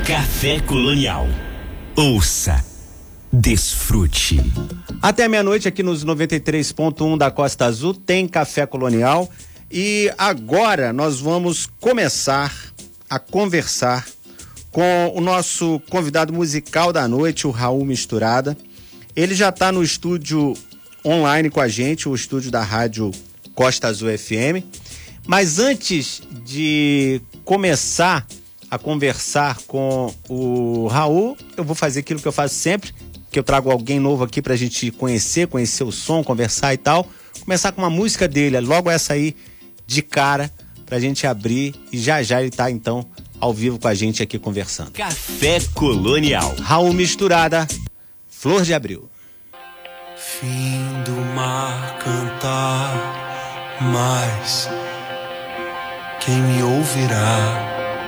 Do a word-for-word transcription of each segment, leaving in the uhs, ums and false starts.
Café Colonial. Ouça, desfrute. Até meia-noite aqui nos noventa e três ponto um da Costa Azul tem Café Colonial e agora nós vamos começar a conversar com o nosso convidado musical da noite, o Raul Misturada. Ele já está no estúdio online com a gente, o estúdio da rádio Costa Azul F M. Mas antes de começar a conversar com o Raul, eu vou fazer aquilo que eu faço sempre, que eu trago alguém novo aqui pra gente conhecer, conhecer o som, conversar e tal. Começar com uma música dele, logo essa aí de cara, pra gente abrir e já já ele tá então ao vivo com a gente aqui conversando. Café Colonial. Raul Misturada, Flor de Abril. Fim do mar cantar, mas quem me ouvirá?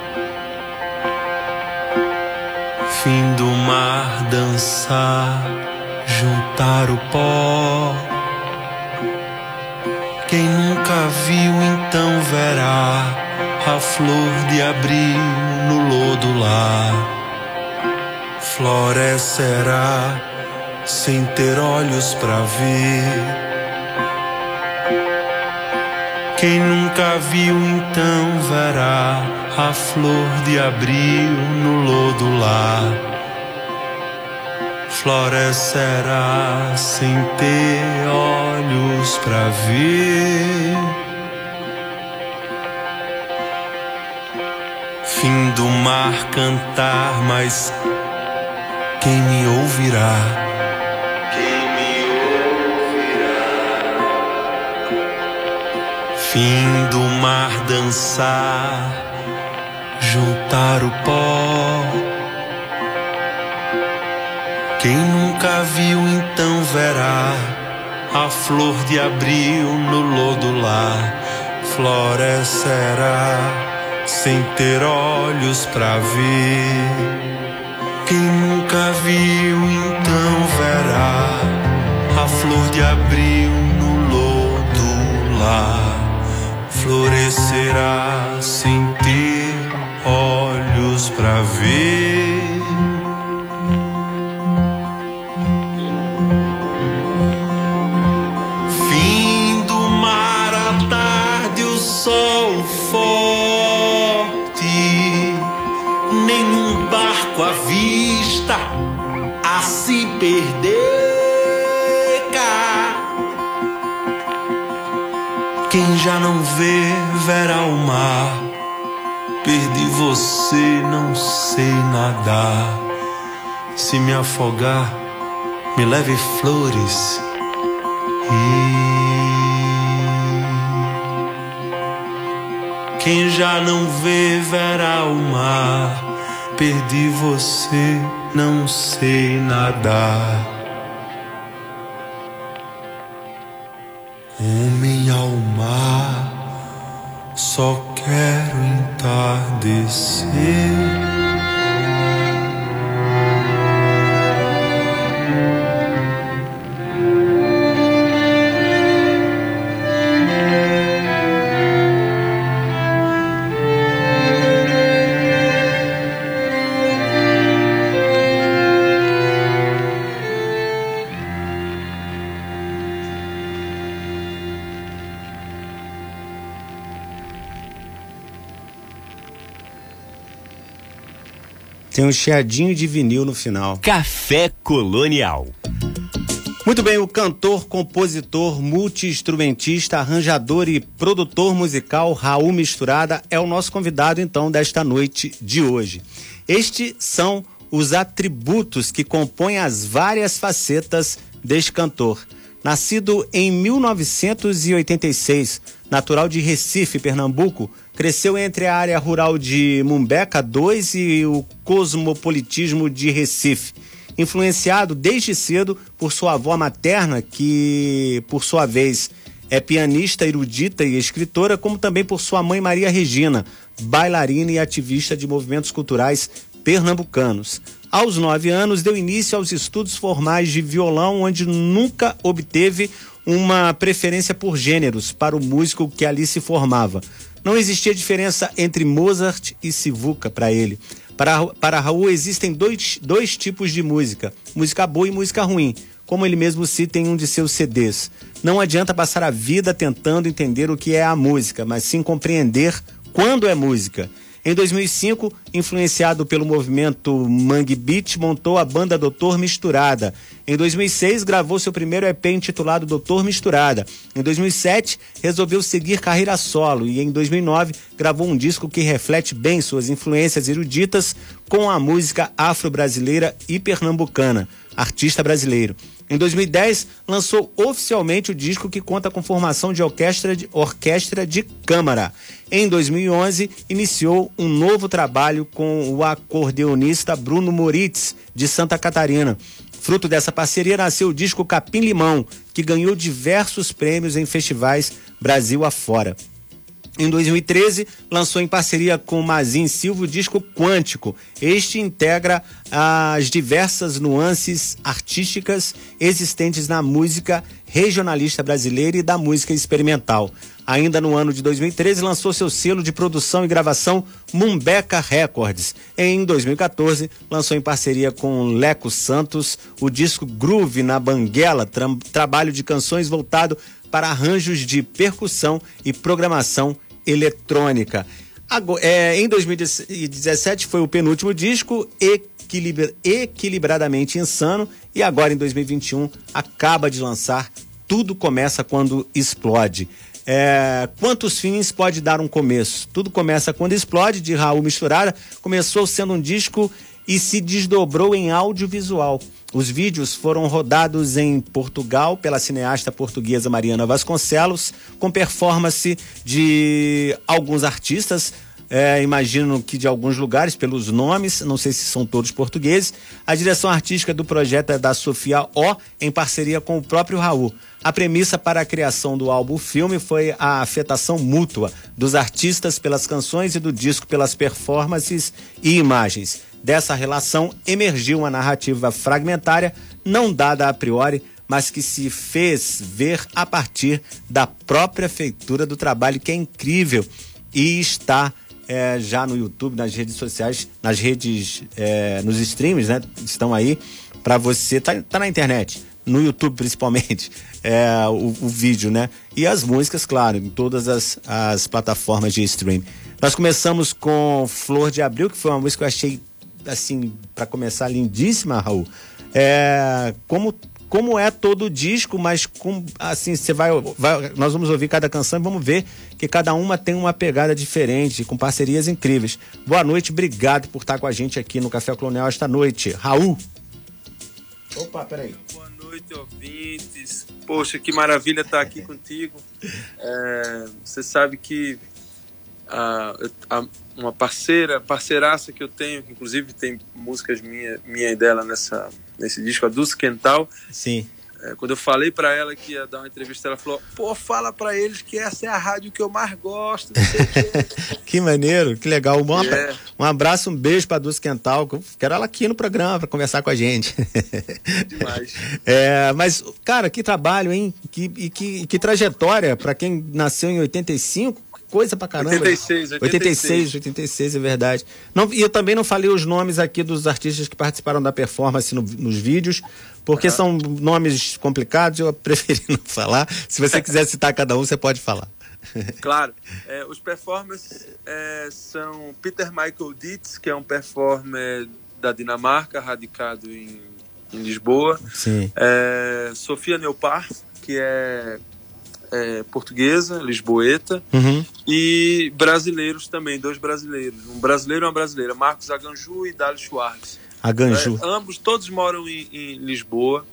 Fim do mar dançar, juntar o pó. Quem nunca viu então verá a flor de abril no lodo lá. Florescerá sem ter olhos pra ver. Quem nunca viu então verá a flor de abril no lodo lá. Florescerá sem ter olhos pra ver. Fim do mar cantar, mas quem me ouvirá? Fim do mar dançar, juntar o pó. Quem nunca viu então verá a flor de abril no lodo lá. Florescerá sem ter olhos pra ver. Quem nunca viu então verá a flor de abril no lodo lá. Florescerá sem ter olhos pra ver. Fim do mar à tarde, o sol forte. Nenhum barco à vista a se perder. Quem já não vê, verá o mar. Perdi você, não sei nadar. Se me afogar, me leve flores. E quem já não vê, verá o mar. Perdi você, não sei nadar. Homem ao mar, só quero entardecer. Tem um chiadinho de vinil no final. Café Colonial. Muito bem, o cantor, compositor, multi-instrumentista, arranjador e produtor musical Raul Misturada é o nosso convidado, então, desta noite de hoje. Estes são os atributos que compõem as várias facetas deste cantor. Nascido em mil novecentos e oitenta e seis, natural de Recife, Pernambuco, cresceu entre a área rural de Mumbeca dois e o cosmopolitismo de Recife, influenciado desde cedo por sua avó materna, que, por sua vez, é pianista, erudita e escritora, como também por sua mãe Maria Regina, bailarina e ativista de movimentos culturais pernambucanos. Aos nove anos, deu início aos estudos formais de violão, onde nunca obteve uma preferência por gêneros para o músico que ali se formava. Não existia diferença entre Mozart e Sivuca para ele. Para, para Raul existem dois, dois tipos de música, música boa e música ruim, como ele mesmo cita em um de seus C Ds. Não adianta passar a vida tentando entender o que é a música, mas sim compreender quando é música. Em dois mil e cinco, influenciado pelo movimento Mangue Beat, montou a banda Doutor Misturada. Em dois mil e seis, gravou seu primeiro E P intitulado Doutor Misturada. Em dois mil e sete, resolveu seguir carreira solo e em dois mil e nove gravou um disco que reflete bem suas influências eruditas com a música afro-brasileira e pernambucana, Artista Brasileiro. Em dois mil e dez, lançou oficialmente o disco que conta com formação de orquestra de, orquestra de câmara. Em dois mil e onze, iniciou um novo trabalho com o acordeonista Bruno Moritz, de Santa Catarina. Fruto dessa parceria nasceu o disco Capim Limão, que ganhou diversos prêmios em festivais Brasil afora. Em dois mil e treze, lançou em parceria com Mazin Silva o disco Quântico. Este integra as diversas nuances artísticas existentes na música regionalista brasileira e da música experimental. Ainda no ano de dois mil e treze, lançou seu selo de produção e gravação Mumbeca Records. Em dois mil e quatorze, lançou em parceria com Leco Santos o disco Groove na Banguela, tra- trabalho de canções voltado para arranjos de percussão e programação eletrônica. Agora, é, em dois mil e dezessete foi o penúltimo disco, Equilibra, Equilibradamente Insano, e agora em dois mil e vinte e um acaba de lançar Tudo Começa Quando Explode. É, quantos fins pode dar um começo? Tudo Começa Quando Explode, de Raul Misturada, começou sendo um disco e se desdobrou em audiovisual. Os vídeos foram rodados em Portugal pela cineasta portuguesa Mariana Vasconcelos, com performance de alguns artistas, é, imagino que de alguns lugares, pelos nomes, não sei se são todos portugueses. A direção artística do projeto é da Sofia O, em parceria com o próprio Raul. A premissa para a criação do álbum-filme foi a afetação mútua dos artistas pelas canções e do disco pelas performances e imagens. Dessa relação emergiu uma narrativa fragmentária, não dada a priori, mas que se fez ver a partir da própria feitura do trabalho, que é incrível e está é, já no YouTube, nas redes sociais, nas redes, é, nos streams, né? Estão aí para você, tá, tá na internet, no YouTube principalmente, é, o, o vídeo, né? E as músicas, claro, em todas as, as plataformas de stream. Nós começamos com Flor de Abril, que foi uma música que eu achei, assim, para começar, lindíssima, Raul. É, como, como é todo o disco, mas com, assim, você vai, vai, nós vamos ouvir cada canção e vamos ver que cada uma tem uma pegada diferente, com parcerias incríveis. Boa noite, obrigado por estar com a gente aqui no Café Colonial esta noite. Raul. Opa, peraí. Boa noite, ouvintes. Poxa, que maravilha estar aqui contigo. É, você sabe que a, a, uma parceira, parceiraça que eu tenho, que inclusive tem músicas minha, minha e dela nessa, nesse disco, a Dulce Quental. Sim. É, quando eu falei pra ela que ia dar uma entrevista, ela falou: pô, fala pra eles que essa é a rádio que eu mais gosto. Não sei o que. Que maneiro, que legal. Um, é. um abraço, um beijo pra Dulce Quental. Quero ela aqui no programa pra conversar com a gente. Demais. É, mas, cara, que trabalho, hein? Que, e que, que trajetória pra quem nasceu em oitenta e cinco. Coisa pra caramba. oitenta e seis, oitenta e seis. oitenta e seis, oitenta e seis, é verdade. Não, e eu também não falei os nomes aqui dos artistas que participaram da performance no, nos vídeos, porque ah. são nomes complicados, eu preferi não falar. Se você quiser citar cada um, você pode falar. Claro. É, os performers é, são Peter Michael Dietz, que é um performer da Dinamarca, radicado em, em Lisboa. Sim. É, Sofia Neupar, que é É, portuguesa, lisboeta, uhum. e brasileiros também, dois brasileiros, um brasileiro e uma brasileira, Marcos Aganju e Dali Schwartz. Aganju. É, ambos, todos moram em, em Lisboa,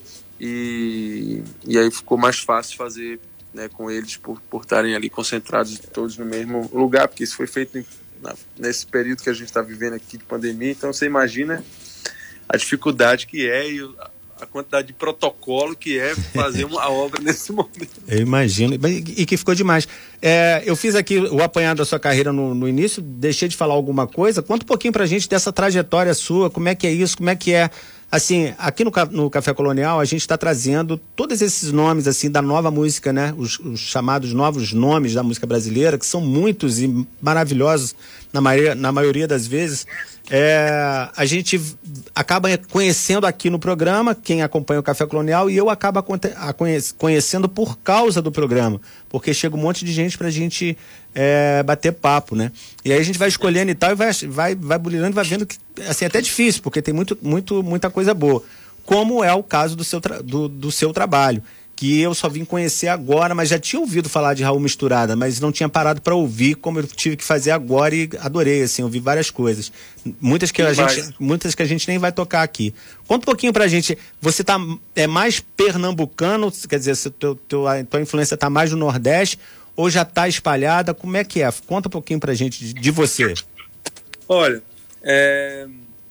e, e aí ficou mais fácil fazer, né, com eles por por estarem ali concentrados todos no mesmo lugar, porque isso foi feito em, na, nesse período que a gente está vivendo aqui de pandemia, então você imagina a dificuldade que é e a quantidade de protocolo que é fazer uma obra nesse momento. Eu imagino, e que ficou demais. É, eu fiz aqui o apanhado da sua carreira no, no início, deixei de falar alguma coisa. Conta um pouquinho pra gente dessa trajetória sua, como é que é isso, como é que é. Assim, aqui no, no Café Colonial a gente está trazendo todos esses nomes assim da nova música, né? Os, os chamados novos nomes da música brasileira, que são muitos e maravilhosos na maioria, na maioria das vezes. É, a gente acaba conhecendo aqui no programa, quem acompanha o Café Colonial, e eu acabo a conhece, conhecendo por causa do programa, porque chega um monte de gente pra gente é, bater papo, né? E aí a gente vai escolhendo e tal, e vai, vai, vai bulilando e vai vendo que, assim, é até difícil, porque tem muito, muito, muita coisa boa, como é o caso do seu, do, do seu trabalho, que eu só vim conhecer agora, mas já tinha ouvido falar de Raul Misturada, mas não tinha parado para ouvir, como eu tive que fazer agora, e adorei, assim, ouvi várias coisas. Muitas que, a gente, muitas que a gente nem vai tocar aqui. Conta um pouquinho pra gente, você tá, é mais pernambucano, quer dizer, se teu, teu, a tua influência tá mais no Nordeste, ou já tá espalhada, como é que é? Conta um pouquinho pra gente de, de você. Olha, é,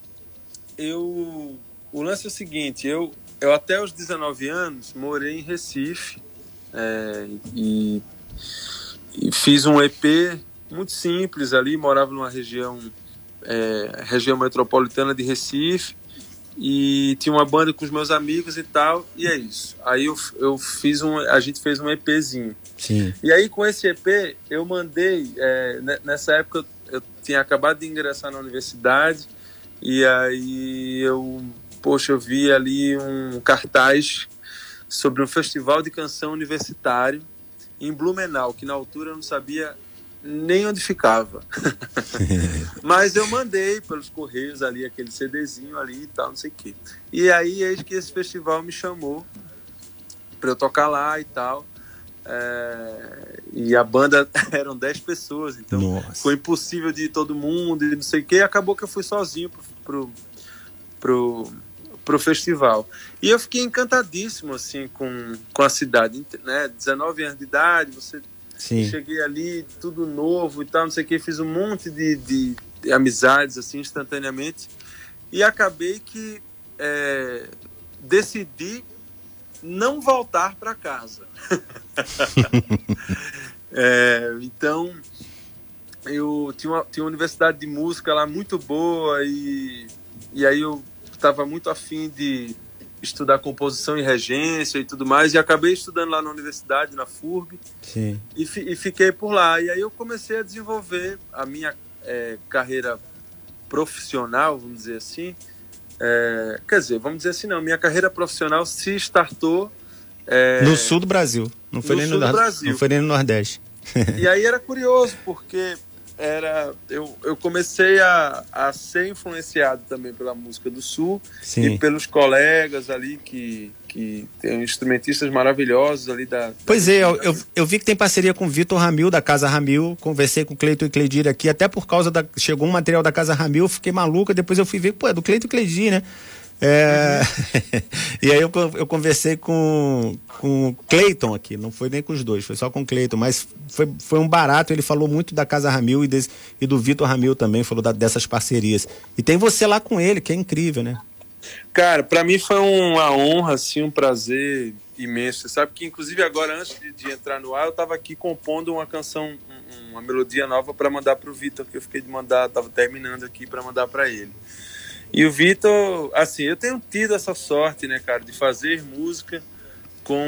eu, o lance é o seguinte, eu Eu até os dezenove anos morei em Recife é, e, e fiz um E P muito simples ali, morava numa região, é, região metropolitana de Recife e tinha uma banda com os meus amigos e tal, e é isso. Aí eu, eu fiz um, a gente fez um EPzinho. Sim. E aí com esse E P eu mandei, é, nessa época eu tinha acabado de ingressar na universidade e aí eu... Poxa, eu vi ali um cartaz sobre um festival de canção universitário em Blumenau, que na altura eu não sabia nem onde ficava. Mas eu mandei pelos correios ali aquele CDzinho ali e tal, não sei o quê. E aí, eis que esse festival me chamou para eu tocar lá e tal. É... E a banda eram dez pessoas, então Nossa. Foi impossível de ir todo mundo e não sei o quê. Acabou que eu fui sozinho pro... pro, pro pro festival. E eu fiquei encantadíssimo, assim, com, com a cidade, né? dezenove anos de idade, você... Sim. Cheguei ali, tudo novo e tal, não sei o que, fiz um monte de, de, de amizades, assim, instantaneamente. E acabei que é, decidi não voltar para casa. é, então, eu tinha uma, tinha uma universidade de música lá muito boa e, e aí eu estava muito afim de estudar composição e regência e tudo mais, e acabei estudando lá na universidade, na F U R B. Sim. E, fi, e fiquei por lá. E aí eu comecei a desenvolver a minha é, carreira profissional, vamos dizer assim. É, quer dizer, vamos dizer assim, não, minha carreira profissional se startou... É, no sul do Brasil, não foi, no nem sul no, do Brasil. Não foi nem no Nordeste. E aí era curioso, porque... Era, eu, eu comecei a, a ser influenciado também pela música do Sul. Sim. E pelos colegas ali que, que tem instrumentistas maravilhosos ali da... Pois da... é, eu, eu, eu vi que tem parceria com o Vitor Ramil, da Casa Ramil, conversei com o Cleiton e Cleidir aqui, até por causa da... Chegou um material da Casa Ramil, fiquei maluca, depois eu fui ver, pô, é do Cleiton e Cleidir, né? É... Uhum. E aí eu, eu conversei com, com o Cleiton aqui, não foi nem com os dois, foi só com o Cleiton, mas foi, foi um barato, ele falou muito da Casa Ramil e, desse, e do Vitor Ramil também, falou da, dessas parcerias. E tem você lá com ele, que é incrível, né? Cara, pra mim foi uma honra, assim, um prazer imenso. Você sabe que, inclusive, agora, antes de, de entrar no ar, eu tava aqui compondo uma canção, um, uma melodia nova pra mandar pro Vitor, que eu fiquei de mandar, tava terminando aqui pra mandar pra ele. E o Vitor, assim, eu tenho tido essa sorte, né, cara, de fazer música com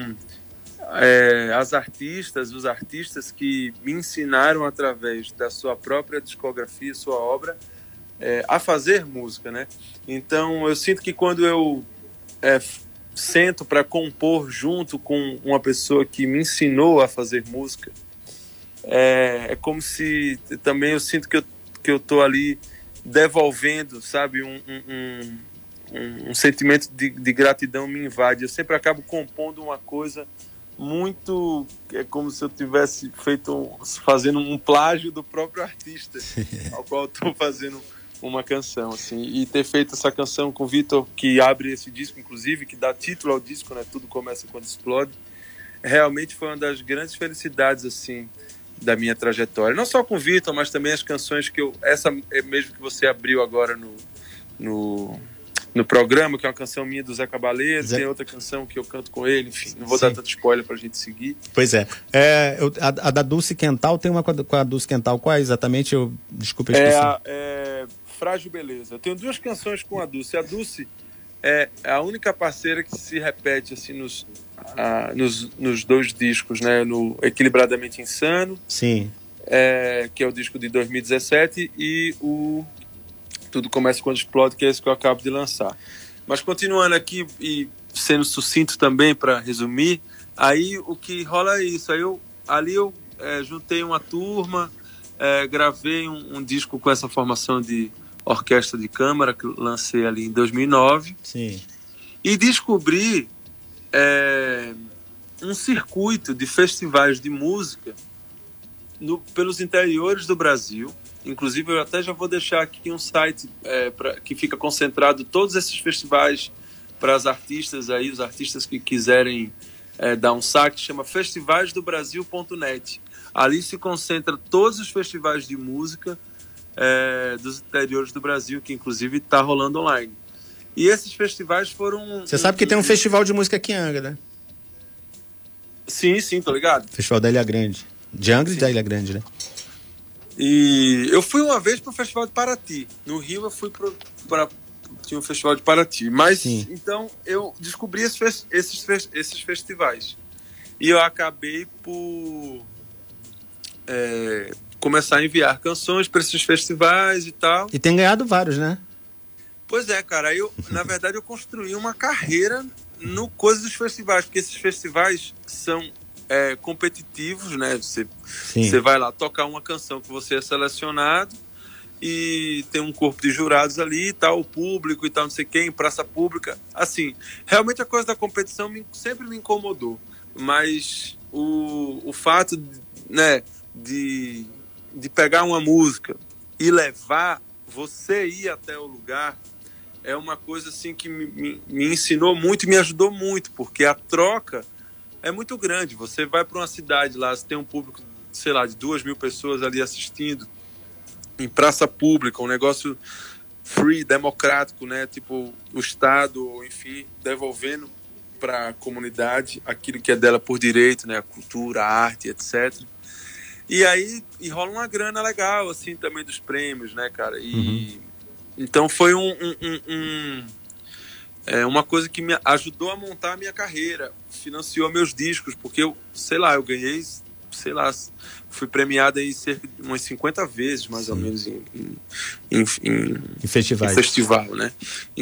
é, as artistas, os artistas que me ensinaram através da sua própria discografia, sua obra, é, a fazer música, né? Então, eu sinto que quando eu é, sento para compor junto com uma pessoa que me ensinou a fazer música, é, é como se também eu sinto que eu, que eu tô ali devolvendo, sabe, um, um, um, um sentimento de, de gratidão me invade. Eu sempre acabo compondo uma coisa muito, é como se eu tivesse feito, fazendo um plágio do próprio artista ao qual eu estou fazendo uma canção, assim, e ter feito essa canção com o Vitor, que abre esse disco, inclusive, que dá título ao disco, né, Tudo Começa Quando Explode, realmente foi uma das grandes felicidades, assim, da minha trajetória, não só com o Vitor, mas também as canções que eu, essa mesmo que você abriu agora no, no, no programa, que é uma canção minha do Zé Cabaleiro, Zé... tem outra canção que eu canto com ele, enfim, não vou Sim. dar tanto spoiler pra gente seguir. Pois é. é eu, a, a da Dulce Quental, tem uma com a, com a Dulce Quental, qual é exatamente? Eu, desculpa, eu esqueci. É, a, é Frágil Beleza. Eu tenho duas canções com a Dulce. A Dulce é a única parceira que se repete assim nos, a, nos, nos dois discos, né? No Equilibradamente Insano, Sim. É, que é o disco de dois mil e dezessete, e o Tudo Começa Quando Explode, que é esse que eu acabo de lançar. Mas continuando aqui e sendo sucinto também, para resumir, aí o que rola é isso. Aí eu, ali eu é, juntei uma turma, é, gravei um, um disco com essa formação de orquestra de câmara, que eu lancei ali em dois mil e nove. Sim. E descobri é, um circuito de festivais de música no, pelos interiores do Brasil. Inclusive, eu até já vou deixar aqui um site é, pra, que fica concentrado todos esses festivais para as artistas aí, os artistas que quiserem é, dar um saque, chama festivais do brasil ponto net. Ali se concentra todos os festivais de música é, dos interiores do Brasil, que inclusive está rolando online. E esses festivais foram... Você sabe que tem um festival de música aqui em Angra, né? Sim, sim, tô ligado. Festival da Ilha Grande. De Angra e da Ilha Grande, né? E eu fui uma vez para o Festival de Paraty. No Rio eu fui para tinha um Festival de Paraty. Mas, Sim. então, eu descobri esses, esses, esses festivais. E eu acabei por é, começar a enviar canções para esses festivais e tal. E tem ganhado vários, né? Pois é, cara. Eu, na verdade, eu construí uma carreira no coisa dos festivais, porque esses festivais são... É, competitivos, né? Você, você vai lá tocar uma canção que você é selecionado e tem um corpo de jurados ali e tal, o público e tal, não sei quem, praça pública. Assim, realmente a coisa da competição me, sempre me incomodou, mas o, o fato de, né, de, de pegar uma música e levar, você ir até o lugar, é uma coisa assim que me, me, me ensinou muito e me ajudou muito, porque a troca é muito grande. Você vai para uma cidade lá, você tem um público, sei lá, de duas mil pessoas ali assistindo, em praça pública, um negócio free, democrático, né? Tipo, o Estado, enfim, devolvendo para a comunidade aquilo que é dela por direito, né? A cultura, a arte, etcétera. E aí e rola uma grana legal, assim, também dos prêmios, né, cara? E uhum. Então foi um... um, um, um É uma coisa que me ajudou a montar a minha carreira, financiou meus discos, porque eu, sei lá, eu ganhei, sei lá, fui premiado aí cerca de umas cinquenta vezes, mais Sim. ou menos, em, em, em, em, em festivais. Em festival, né?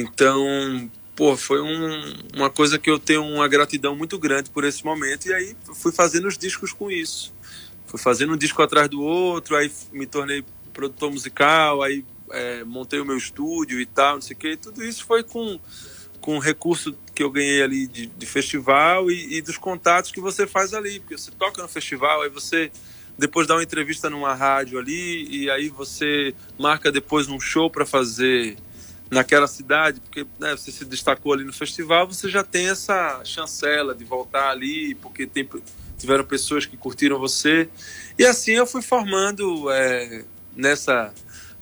Então, pô, foi um, uma coisa que eu tenho uma gratidão muito grande por esse momento, e aí fui fazendo os discos com isso. Fui fazendo um disco atrás do outro, aí me tornei produtor musical, aí é, montei o meu estúdio e tal, não sei o quê, e tudo isso foi com... com o recurso que eu ganhei ali de, de festival e, e dos contatos que você faz ali, porque você toca no festival, aí você depois dá uma entrevista numa rádio ali, e aí você marca depois um show para fazer naquela cidade, porque né, você se destacou ali no festival, você já tem essa chancela de voltar ali, porque tem, tiveram pessoas que curtiram você, e assim eu fui formando é, nessa,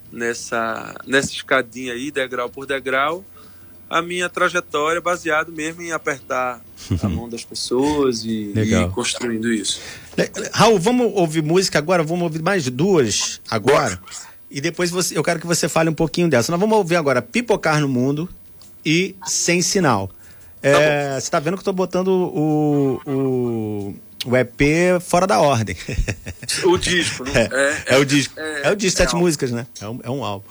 nessa, nessa escadinha aí, degrau por degrau, a minha trajetória baseado mesmo em apertar a mão das pessoas e, e construindo isso. Raul, vamos ouvir música agora? Vamos ouvir mais duas agora? E depois você, eu quero que você fale um pouquinho dessa. Nós vamos ouvir agora Pipocar no Mundo e Sem Sinal. É, tá você tá vendo que eu tô botando o, o, o E P fora da ordem. O disco, não? É, é, é o disco. É, é o disco, é sete é músicas, né? É um, é um álbum.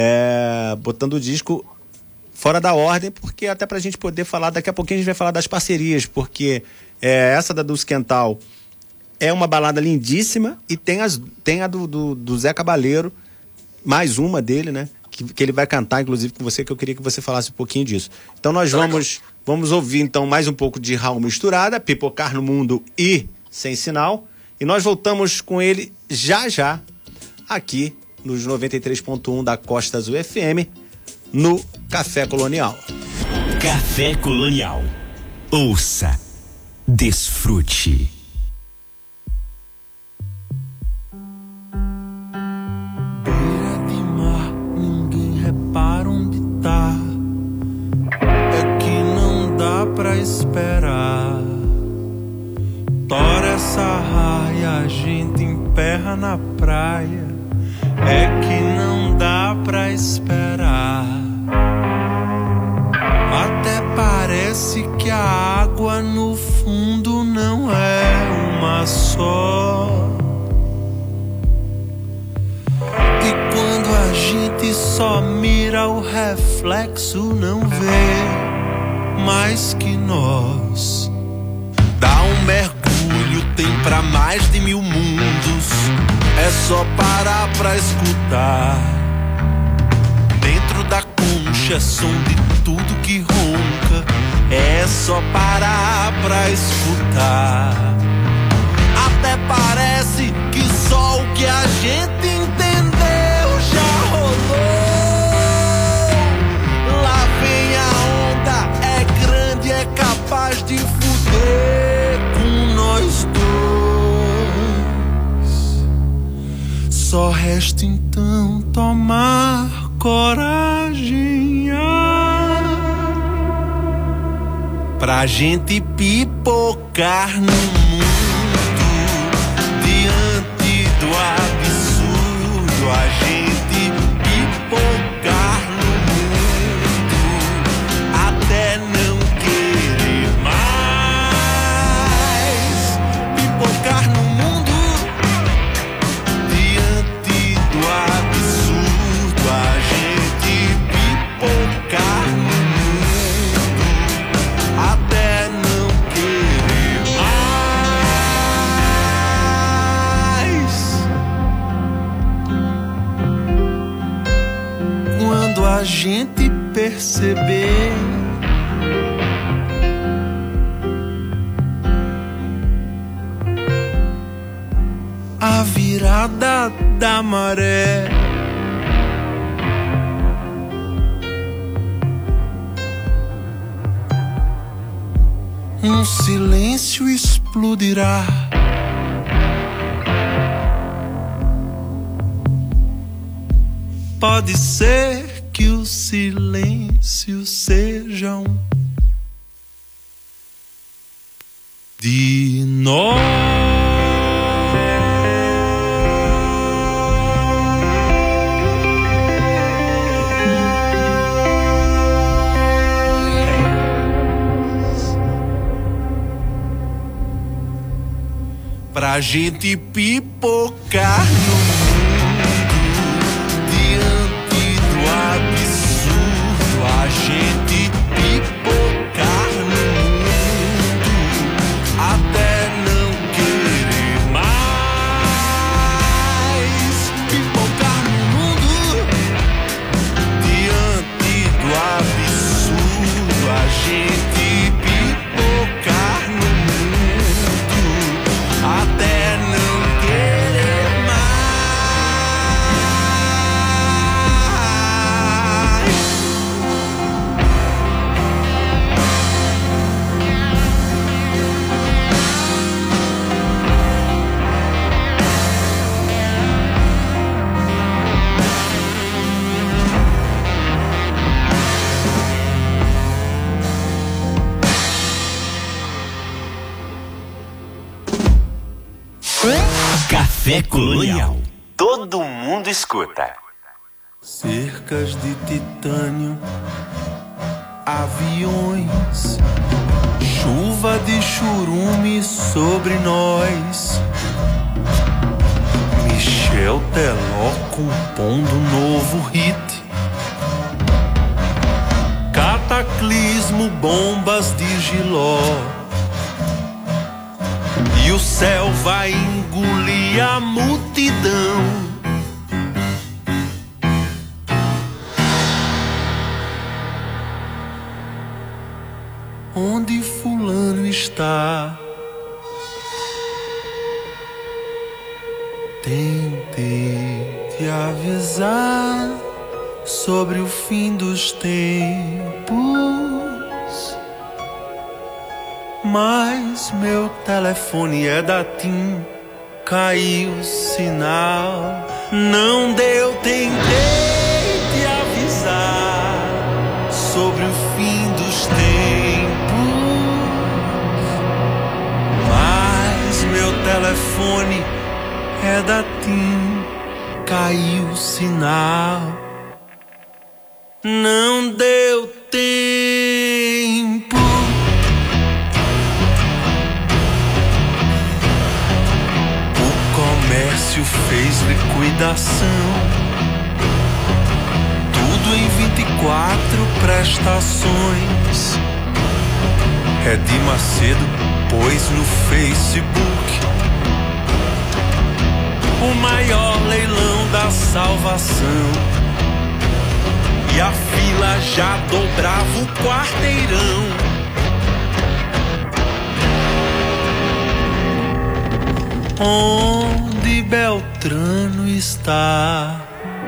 É, botando o disco fora da ordem, porque até pra gente poder falar, daqui a pouquinho a gente vai falar das parcerias, porque é, essa da Dulce Quental é uma balada lindíssima e tem, as, tem a do, do, do Zé Cabaleiro, mais uma dele, né? Que, que ele vai cantar, inclusive, com você, que eu queria que você falasse um pouquinho disso. Então nós vamos, vamos ouvir então mais um pouco de Raul Misturada, Pipocar no Mundo e Sem Sinal, e nós voltamos com ele já já, aqui nos noventa e três ponto um da Costa Azul F M, no Café Colonial. Café Colonial. Ouça, desfrute. Beira de mar, ninguém repara onde tá. lá na praia é que não dá pra esperar. Até parece que a água no fundo não é uma só. E quando a gente só mira o reflexo, não vê mais que nós. Dá um mergulho, tem pra mais de mil mundos. É só parar pra escutar. Dentro da concha é som de tudo que ronca. É só parar pra escutar. Até parece que só o que a gente entendeu já rolou. Lá vem a onda, é grande, é capaz de fuder com nós dois. Só resta então tomar coragem pra gente pipocar no mundo. Diante do absurdo, a gente pipocar no mundo até não querer mais. Pipocar no mundo. Diante do absurdo, a gente pipocar no mundo até não querer mais. Quando a gente perceber a virada da maré, um silêncio explodirá. Pode ser que o silêncio seja um de nós. Pra gente pipocar no mundo. Diante do absurdo, a gente pipocar no mundo até não querer mais. Pipocar no mundo. Diante do absurdo, a gente pipocar no mundo até não querer mais. Café Colonial. Todo mundo escuta. Cercas de titânio, aviões, chuva de churume sobre nós. Michel Teló compondo um novo hit. Cataclismo, bombas de Giló. E o céu vai engolir a multidão. Onde fulano está? Tentei te avisar sobre o fim dos tempos, mas meu telefone é da TIM, caiu o sinal. Não deu, tentei te avisar sobre o fim dos tempos, mas meu telefone é é da TIM, caiu o sinal. Não deu tempo. O comércio fez liquidação. Tudo em vinte e quatro prestações. Edir Macedo pôs no Facebook o maior leilão da salvação. E a fila já dobrava o quarteirão. Onde Beltrano está?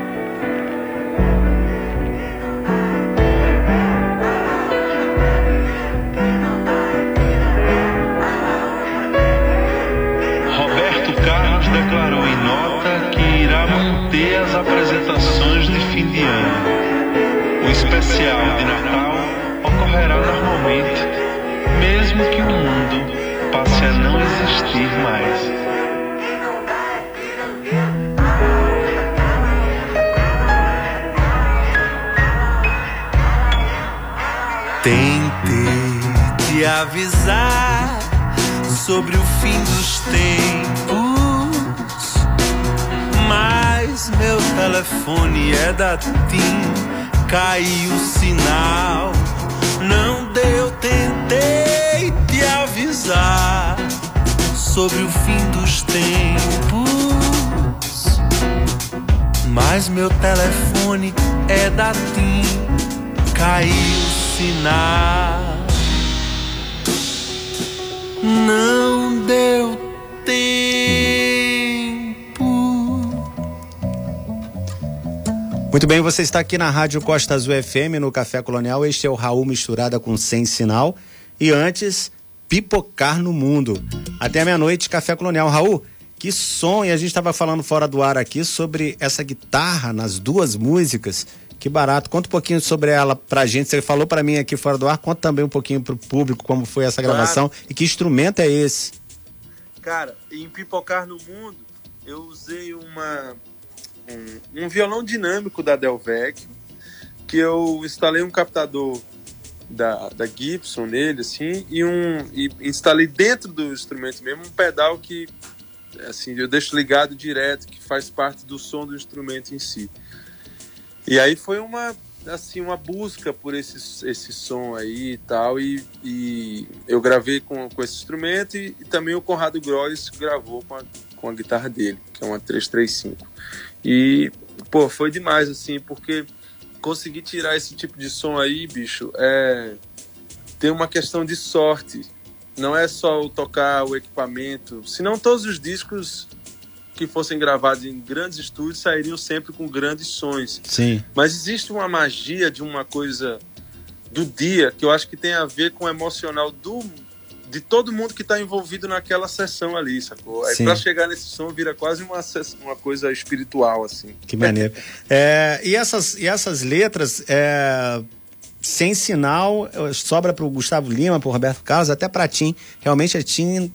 Declarou em nota que irá manter as apresentações de fim de ano. O especial de Natal ocorrerá normalmente, mesmo que o mundo passe a não existir mais. Tentei te avisar sobre o fim dos tempos, mas meu telefone é da TIM, caiu o sinal. Não deu, tentei te avisar sobre o fim dos tempos, mas meu telefone é da TIM, caiu o sinal. Não deu tempo. Muito bem, você está aqui na Rádio Costa Azul F M, no Café Colonial. Este é o Raul Misturada com Sem Sinal. E antes, Pipocar no Mundo. Até a meia-noite, Café Colonial. Raul, que som! E a gente estava falando fora do ar aqui sobre essa guitarra nas duas músicas. Que barato. Conta um pouquinho sobre ela pra gente. Você falou pra mim aqui fora do ar. Conta também um pouquinho pro público como foi essa gravação. Claro. E que instrumento é esse? Cara, em Pipocar no Mundo, eu usei uma... Um, um violão dinâmico da Delvecchio, que eu instalei um captador da, da Gibson nele, assim, e, um, e instalei dentro do instrumento mesmo um pedal que, assim, eu deixo ligado direto, que faz parte do som do instrumento em si. E aí foi uma, assim, uma busca por esse, esse som aí e tal, e, e eu gravei com, com esse instrumento, e, e também o Conrado Gross gravou com a, com a guitarra dele, que é uma três três cinco. E, pô, foi demais, assim, porque conseguir tirar esse tipo de som aí, bicho, é... tem uma questão de sorte. Não é só o tocar o equipamento, senão todos os discos que fossem gravados em grandes estúdios sairiam sempre com grandes sons. Sim. Mas existe uma magia de uma coisa do dia que eu acho que tem a ver com o emocional do... de todo mundo que está envolvido naquela sessão ali, sacou? Aí pra chegar nesse som vira quase uma, uma coisa espiritual, assim. Que maneiro. é, e, essas, e essas letras, é, Sem Sinal, sobra pro Gustavo Lima, pro Roberto Carlos, até pra Tim. Realmente a Tim...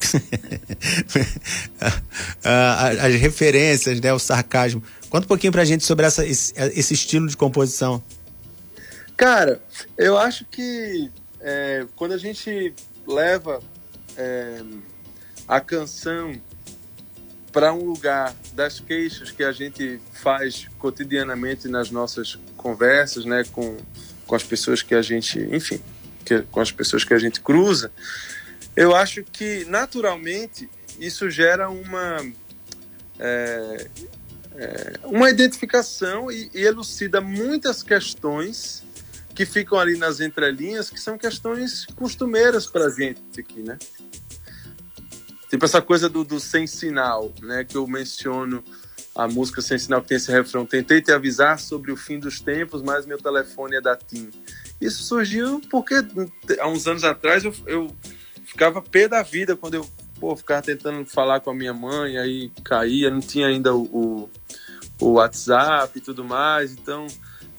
as referências, né, o sarcasmo. Conta um pouquinho pra gente sobre essa, esse, esse estilo de composição. Cara, eu acho que é, quando a gente leva é, a canção para um lugar das queixas que a gente faz cotidianamente nas nossas conversas, né, com, com as pessoas que a gente, enfim, que, com as pessoas que a gente cruza, eu acho que naturalmente isso gera uma é, é, uma identificação e, e elucida muitas questões que ficam ali nas entrelinhas, que são questões costumeiras pra gente aqui, né? Tipo essa coisa do, do sem sinal, né? Que eu menciono a música Sem Sinal, que tem esse refrão: tentei te avisar sobre o fim dos tempos, mas meu telefone é da TIM. Isso surgiu porque há uns anos atrás eu, eu ficava pé da vida quando eu pô, ficava tentando falar com a minha mãe, aí caía, não tinha ainda o, o, o WhatsApp e tudo mais, então...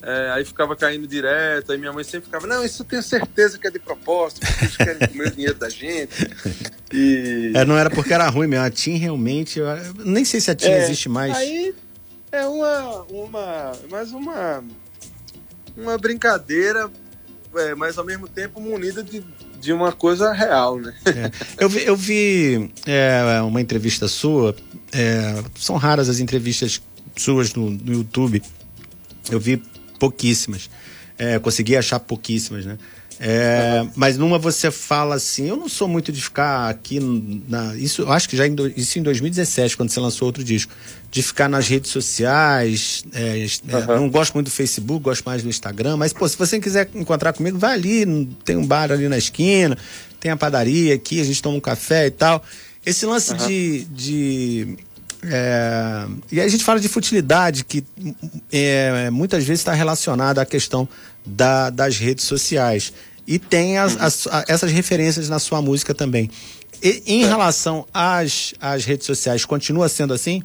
É, aí ficava caindo direto, aí minha mãe sempre ficava, não, isso eu tenho certeza que é de propósito, porque eles querem comer o dinheiro da gente. E... É, não era porque era ruim mesmo, a TIM realmente, eu nem sei se a TIM é, existe mais. Aí é uma, uma mais uma, uma brincadeira, é, mas ao mesmo tempo munida de, de uma coisa real, né? É. Eu vi, eu vi é, uma entrevista sua, é, são raras as entrevistas suas no, no YouTube, eu vi pouquíssimas, é, consegui achar pouquíssimas, né? É, uhum. Mas numa você fala assim, eu não sou muito de ficar aqui na, isso eu acho que já em, isso em dois mil e dezessete, quando você lançou outro disco, de ficar nas redes sociais, é, uhum. é, não gosto muito do Facebook, gosto mais do Instagram, mas pô, se você quiser encontrar comigo, vai ali, tem um bar ali na esquina, tem a padaria aqui, a gente toma um café e tal. Esse lance uhum. de, de é, e aí a gente fala de futilidade que é, muitas vezes está relacionada à questão da, das redes sociais e tem as, as, a, essas referências na sua música também. E, em relação às, às redes sociais, continua sendo assim?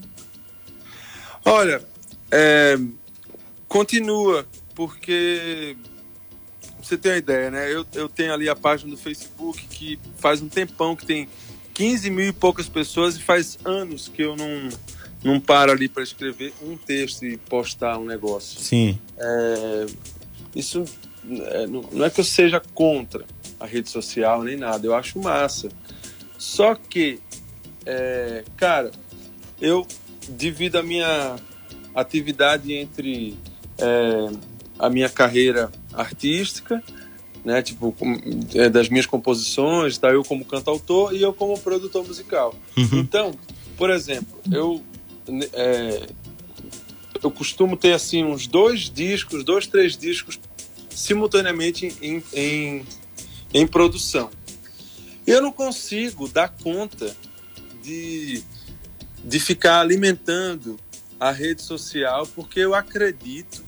Olha, é, continua, porque você tem uma ideia, né? Eu, eu tenho ali a página do Facebook que faz um tempão que tem quinze mil e poucas pessoas e faz anos que eu não, não paro ali para escrever um texto e postar um negócio. Sim. É, isso é, não é que eu seja contra a rede social nem nada, eu acho massa. Só que, é, cara, eu divido a minha atividade entre é, a minha carreira artística, né, tipo, é, das minhas composições, tá, eu como cantautor e eu como produtor musical. Uhum. Então, por exemplo, eu é, eu costumo ter assim uns dois discos, dois, três discos simultaneamente em, em, em produção. Eu não consigo dar conta de, de ficar alimentando a rede social, porque eu acredito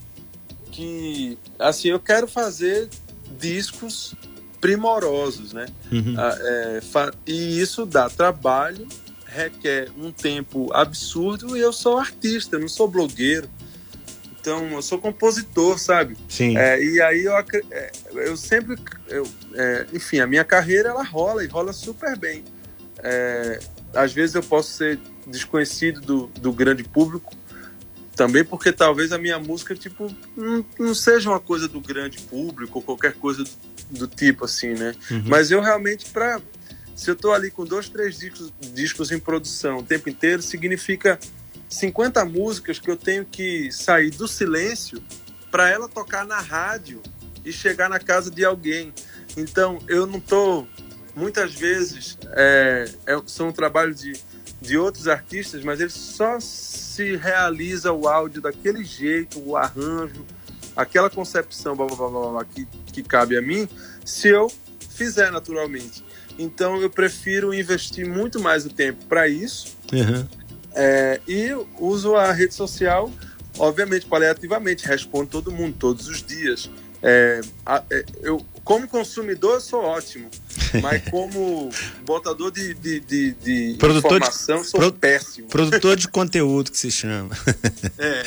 que, assim, eu quero fazer discos primorosos, né? Uhum. Ah, é, fa- e isso dá trabalho, requer um tempo absurdo, e eu sou artista, eu não sou blogueiro. Então, eu sou compositor, sabe? Sim. É, e aí eu, eu sempre... Eu, é, enfim, a minha carreira, ela rola, e rola super bem. É, às vezes eu posso ser desconhecido do, do grande público, também porque talvez a minha música, tipo, não, não seja uma coisa do grande público, ou qualquer coisa do, do tipo, assim, né? Uhum. Mas eu realmente, pra, se eu tô ali com dois, três discos, discos em produção o tempo inteiro, significa cinquenta músicas que eu tenho que sair do silêncio para ela tocar na rádio e chegar na casa de alguém. Então, eu não tô, muitas vezes, é, é, são um trabalho de, de outros artistas, mas eles só se realiza o áudio daquele jeito, o arranjo, aquela concepção blá, blá, blá, blá, blá, que, que cabe a mim, se eu fizer naturalmente. Então eu prefiro investir muito mais o tempo para isso. Uhum. É, e uso a rede social, obviamente, paliativamente, respondo todo mundo, todos os dias. É, a, é, eu, como consumidor, eu sou ótimo, mas como botador de, de, de, de informação, de, sou pro, péssimo. Produtor de conteúdo, que se chama. É.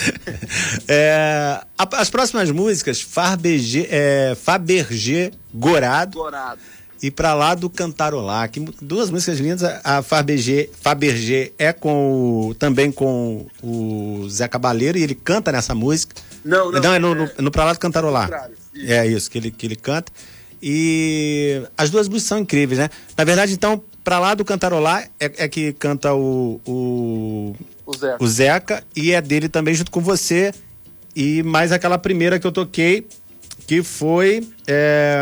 É, a, as próximas músicas, Fabergé, é, Fabergé Gorado. Gorado. E Pra Lá do Cantarolá, que duas músicas lindas. A Fabergé, Fabergé é com o, também com o Zé Cabaleiro, e ele canta nessa música. Não, não. Não, é no, no, no Pra Lá do Cantarolá. Isso. É isso, que ele, que ele canta. E as duas músicas são incríveis, né? Na verdade, então, Pra Lá do Cantarolá é, é que canta o, o, o, Zeca. o Zeca, e é dele também junto com você. E mais aquela primeira que eu toquei, que foi... É...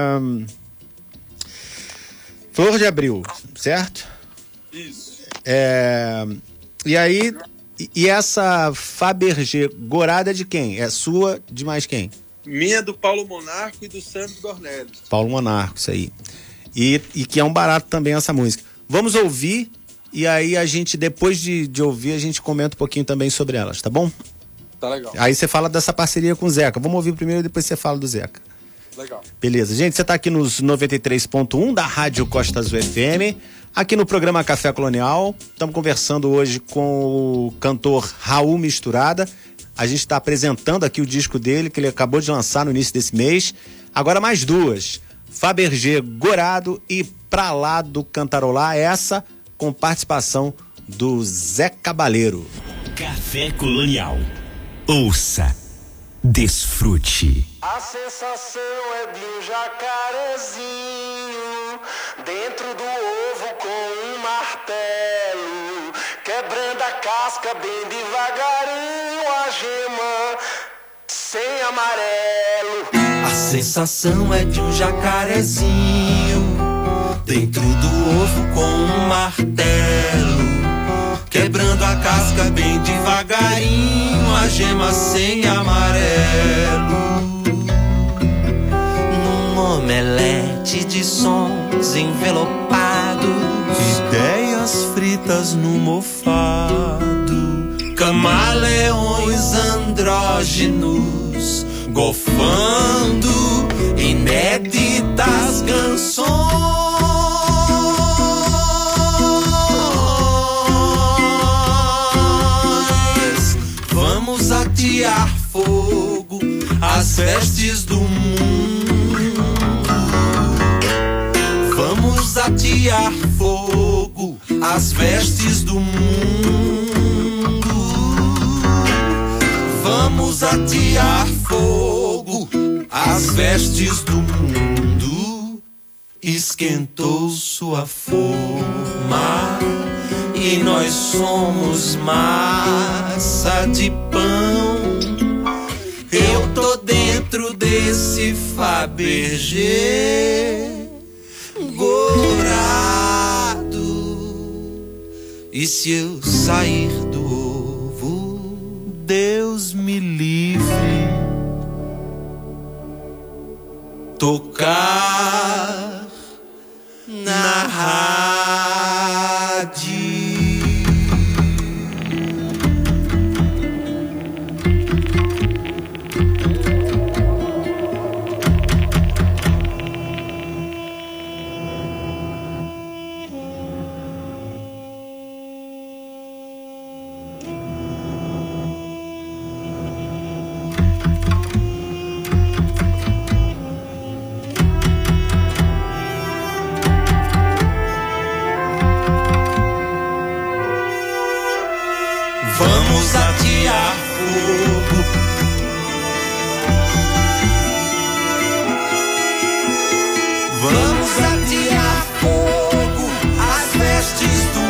Flor de Abril, certo? Isso. É, e aí, e, e essa Fabergé Gorada é de quem? É sua, de mais quem? Minha, do Paulo Monarco e do Sandro Dornelles. Paulo Monarco, isso aí. E, e que é um barato também essa música. Vamos ouvir, e aí a gente, depois de, de ouvir, a gente comenta um pouquinho também sobre elas, tá bom? Tá legal. Aí você fala dessa parceria com o Zeca. Vamos ouvir primeiro e depois você fala do Zeca. Legal. Beleza, gente, você tá aqui nos noventa e três ponto um da Rádio Costa Azul F M, aqui no programa Café Colonial. Estamos conversando hoje com o cantor Raul Misturada. A gente está apresentando aqui o disco dele, que ele acabou de lançar no início desse mês. Agora mais duas. Fabergé Gorado e Pra Lá do Cantarolar, essa com participação do Zé Cabaleiro. Café Colonial. Ouça, desfrute. A sensação é de um jacarezinho dentro do ovo com um martelo, quebrando a casca bem devagarinho, a gema sem amarelo. A sensação é de um jacarezinho dentro do ovo com um martelo, quebrando a casca bem devagarinho, a gema sem amarelo. Num omelete de sons envelopados, ideias fritas no mofado, camaleões andrógenos golfando inéditas canções. Vamos atear fogo às vestes do mundo. Vamos atear fogo às vestes do mundo. Vamos atear fogo às vestes do mundo. Esquentou sua forma e nós somos massa de pão. Eu tô dentro desse Fabergé Gorado. E se eu sair do ovo, Deus me livre. Tocar na rádio. Vamos atear fogo. Vamos atear fogo às vestes do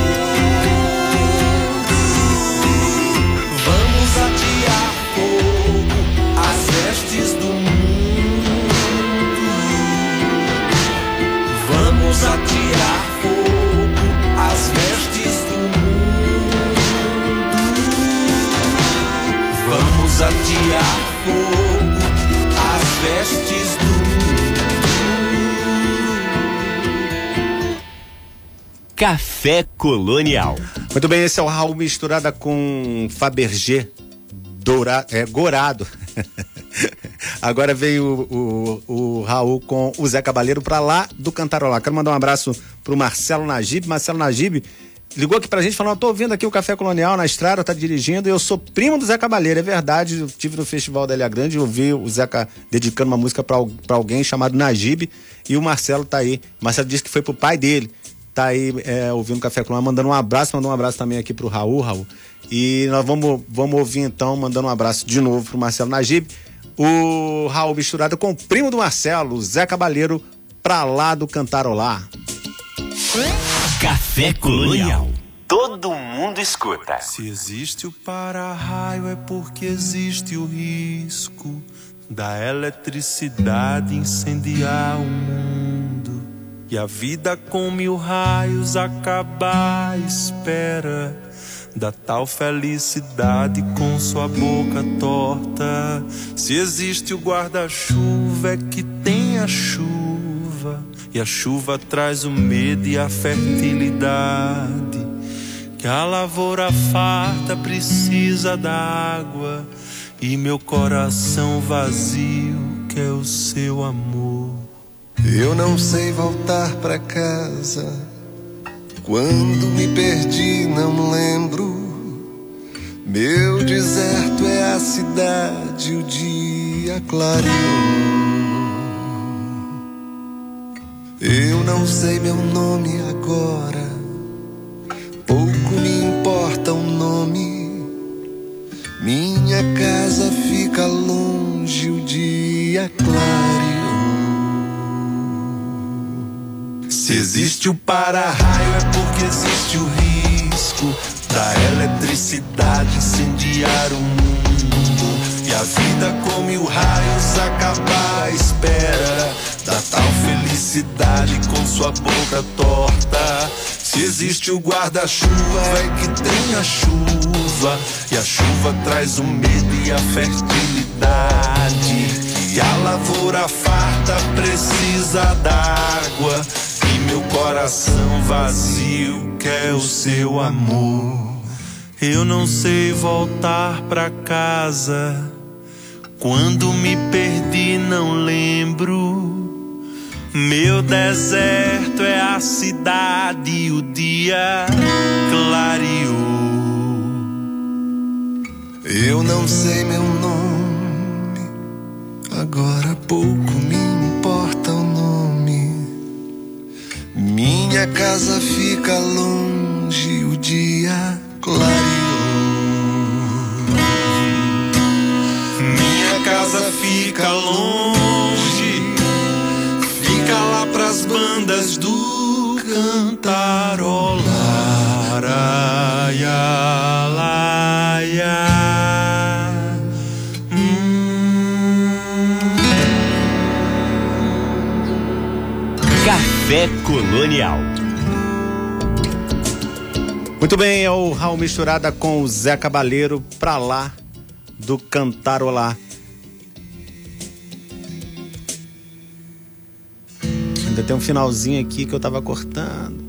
mundo. Vamos atear fogo às vestes do mundo. Vamos atear fogo às vestes do mundo. Vamos atear fogo às vestes do mundo. Café Colonial. Muito bem, esse é o Raul misturada com Fabergé Doura, é, Gorado. Agora veio o, o, o Raul com o Zé Cabaleiro Pra Lá do Cantarolar. Quero mandar um abraço pro Marcelo Najib. Marcelo Najib ligou aqui pra gente falando: eu tô ouvindo aqui o Café Colonial na estrada, tá dirigindo, e eu sou primo do Zé Cabaleiro. É verdade, eu estive no Festival da Ilha Grande e ouvi o Zeca dedicando uma música pra, pra alguém chamado Najib, e o Marcelo tá aí. O Marcelo disse que foi pro pai dele, tá aí é, ouvindo o Café Colonial, mandando um abraço, mandando um abraço também aqui pro Raul, Raul. E nós vamos, vamos ouvir então, mandando um abraço de novo pro Marcelo Najib, o Raul misturado com o primo do Marcelo, o Zé Cabaleiro, Pra Lá do Cantarolar. Café Colonial. Todo mundo escuta. Se existe o para-raio é porque existe o risco da eletricidade incendiar o mundo. E a vida com mil raios acabar à espera da tal felicidade com sua boca torta. Se existe o guarda-chuva é que tem a chuva, e a chuva traz o medo e a fertilidade, que a lavoura farta precisa da água, e meu coração vazio quer o seu amor. Eu não sei voltar pra casa, quando me perdi não lembro Meu deserto é a cidade, o dia clareou. Eu não sei meu nome agora, pouco me importa o nome. Minha casa fica longe, o dia clareou. Se existe o para-raio é porque existe o risco da eletricidade incendiar o mundo. E a vida com mil raios acabar à espera da tal felicidade com sua boca torta. Se existe o guarda-chuva é que tem a chuva, e a chuva traz o medo e a fertilidade. E a lavoura farta precisa d'água, e meu coração vazio quer o seu amor. Eu não sei voltar pra casa, quando me perdi não lembro. Meu deserto é a cidade e o dia clareou. Eu não sei meu nome, agora pouco me importa o nome. Minha casa fica longe, o dia clareou. Minha casa fica longe, fica lá pras bandas do cantarolar. Ai, ai, ai. Hum. Café Colonial. Muito bem, é o Raul Misturada com o Zé Cabaleiro, pra lá do cantarolar. Ainda tem um finalzinho aqui que eu tava cortando.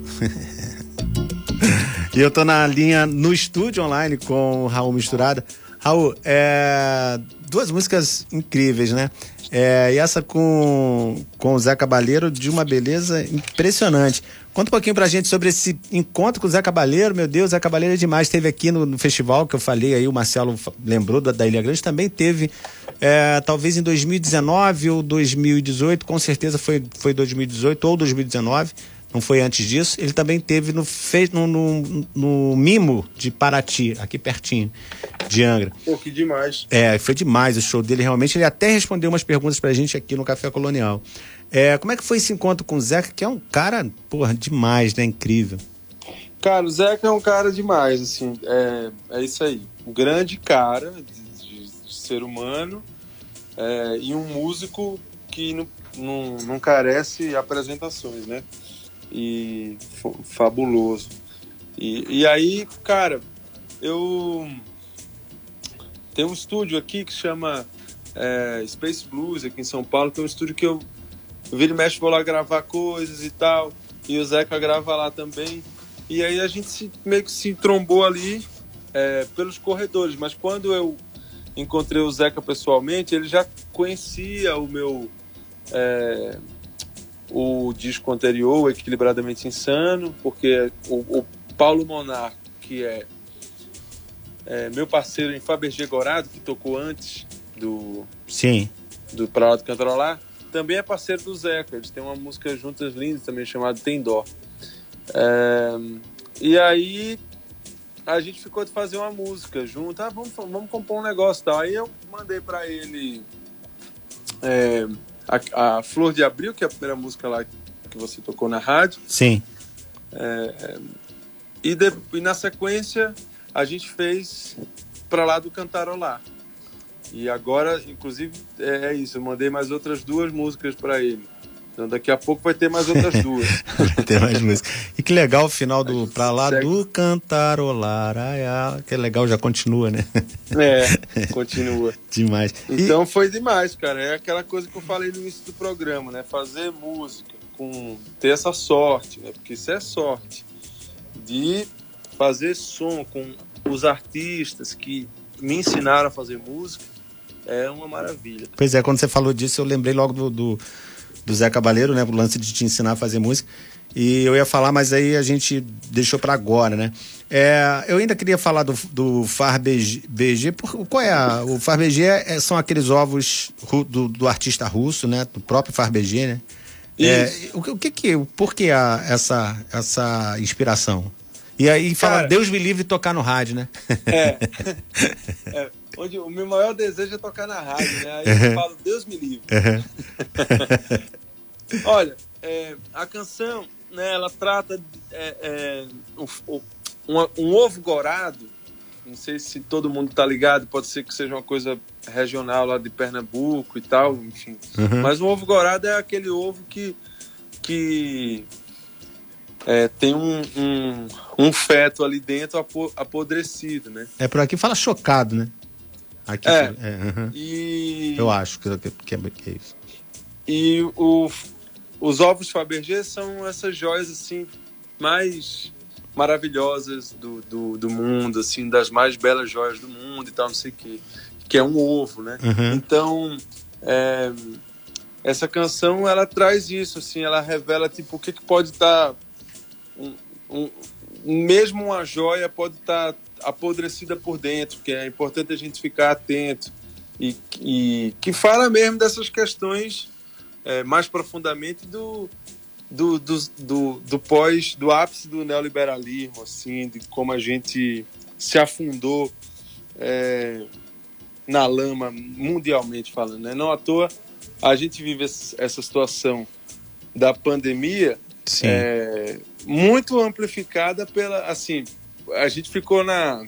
E eu tô na linha no estúdio online com o Raul Misturada. Raul, é, duas músicas incríveis, né? É, e essa com, com o Zé Cabaleiro, de uma beleza impressionante. Conta um pouquinho pra gente sobre esse encontro com o Zé Cabaleiro. Meu Deus, o Zé Cabaleiro é demais. Esteve aqui no, no festival que eu falei aí, o Marcelo lembrou da, da Ilha Grande, também teve, é, talvez em dois mil e dezenove ou dois mil e dezoito, com certeza foi, foi dois mil e dezoito ou dois mil e dezenove, não foi antes disso. Ele também teve no, no, no, no Mimo de Paraty, aqui pertinho de Angra. Pô, que demais. É, foi demais o show dele, realmente. Ele até respondeu umas perguntas pra gente aqui no Café Colonial. É, como é que foi esse encontro com o Zeca, que é um cara, porra, demais, né? Incrível. Cara, o Zeca é um cara demais, assim, é, é isso aí. Um grande cara de, de, de ser humano, é, e um músico que não, não, não carece apresentações, né? E f- fabuloso. E, e aí, cara, eu... Tem um estúdio aqui que chama é, Space Blues, aqui em São Paulo, que é um estúdio que eu vira e mexe, vou lá gravar coisas e tal, e o Zeca grava lá também. E aí a gente se, meio que se trombou ali é, pelos corredores, mas quando eu encontrei o Zeca pessoalmente, ele já conhecia o meu é, o disco anterior, o Equilibradamente Insano, porque o, o Paulo Monar, que é, é meu parceiro em Fabergé Gorado, que tocou antes do, Sim. do Pra Lá do Cantarolar, também é parceiro do Zeca. Eles têm uma música juntas lindas também chamada Tem Dó. É, e aí a gente ficou de fazer uma música junto. Ah, vamos, vamos compor um negócio e tal. Aí eu mandei pra ele é, a, a Flor de Abril, que é a primeira música lá que você tocou na rádio. Sim. É, e, de, e na sequência a gente fez Pra Lá do Cantarolar. E agora, inclusive, é isso. Eu mandei mais outras duas músicas pra ele. Então daqui a pouco vai ter mais outras duas. Vai ter mais músicas. E que legal o final do Pra Lá segue. do Cantarolar. Ai, ai, que legal, já continua, né? É, continua. Demais. Então e... foi demais, cara. É aquela coisa que eu falei no início do programa, né? Fazer música, com ter essa sorte, né? Porque isso é sorte. De fazer som com os artistas que me ensinaram a fazer música. É uma maravilha. Pois é, quando você falou disso, eu lembrei logo do, do, do Zé Cabaleiro, né? O lance de te ensinar a fazer música. E eu ia falar, mas aí a gente deixou para agora, né? É, eu ainda queria falar do, do Farbergé. Qual é a, o Farbergé é, são aqueles ovos do, do artista russo, né? Do próprio Farbergé, né? É, o, o que que, por que a, essa, essa inspiração? E aí fala, cara, Deus me livre de tocar no rádio, né? É, é onde o meu maior desejo é tocar na rádio, né? Aí uhum. eu falo, Deus me livre. Uhum. Olha, é, a canção, né, ela trata de, é, é, um, um, um ovo gorado, não sei se todo mundo tá ligado, pode ser que seja uma coisa regional lá de Pernambuco e tal, enfim. Uhum. Mas um ovo gorado é aquele ovo que, que é, tem um, um, um feto ali dentro apodrecido, né? É, por aqui fala chocado, né? Aqui, é, é uhum. e... Eu acho que é, que é isso. E o, os ovos Fabergé são essas joias, assim, mais maravilhosas do, do, do mundo, assim, das mais belas joias do mundo e tal, não sei o que, que é um ovo, né? Uhum. Então, é, essa canção, ela traz isso, assim, ela revela, tipo, o que, que pode estar... Tá, um, um, mesmo uma joia pode estar... Tá apodrecida por dentro, que é importante a gente ficar atento e, e que fala mesmo dessas questões é, mais profundamente do, do, do, do, do pós, do ápice do neoliberalismo, assim, de como a gente se afundou é, na lama mundialmente falando, né? Não à toa a gente vive essa situação da pandemia é, muito amplificada pela, assim, a gente ficou na,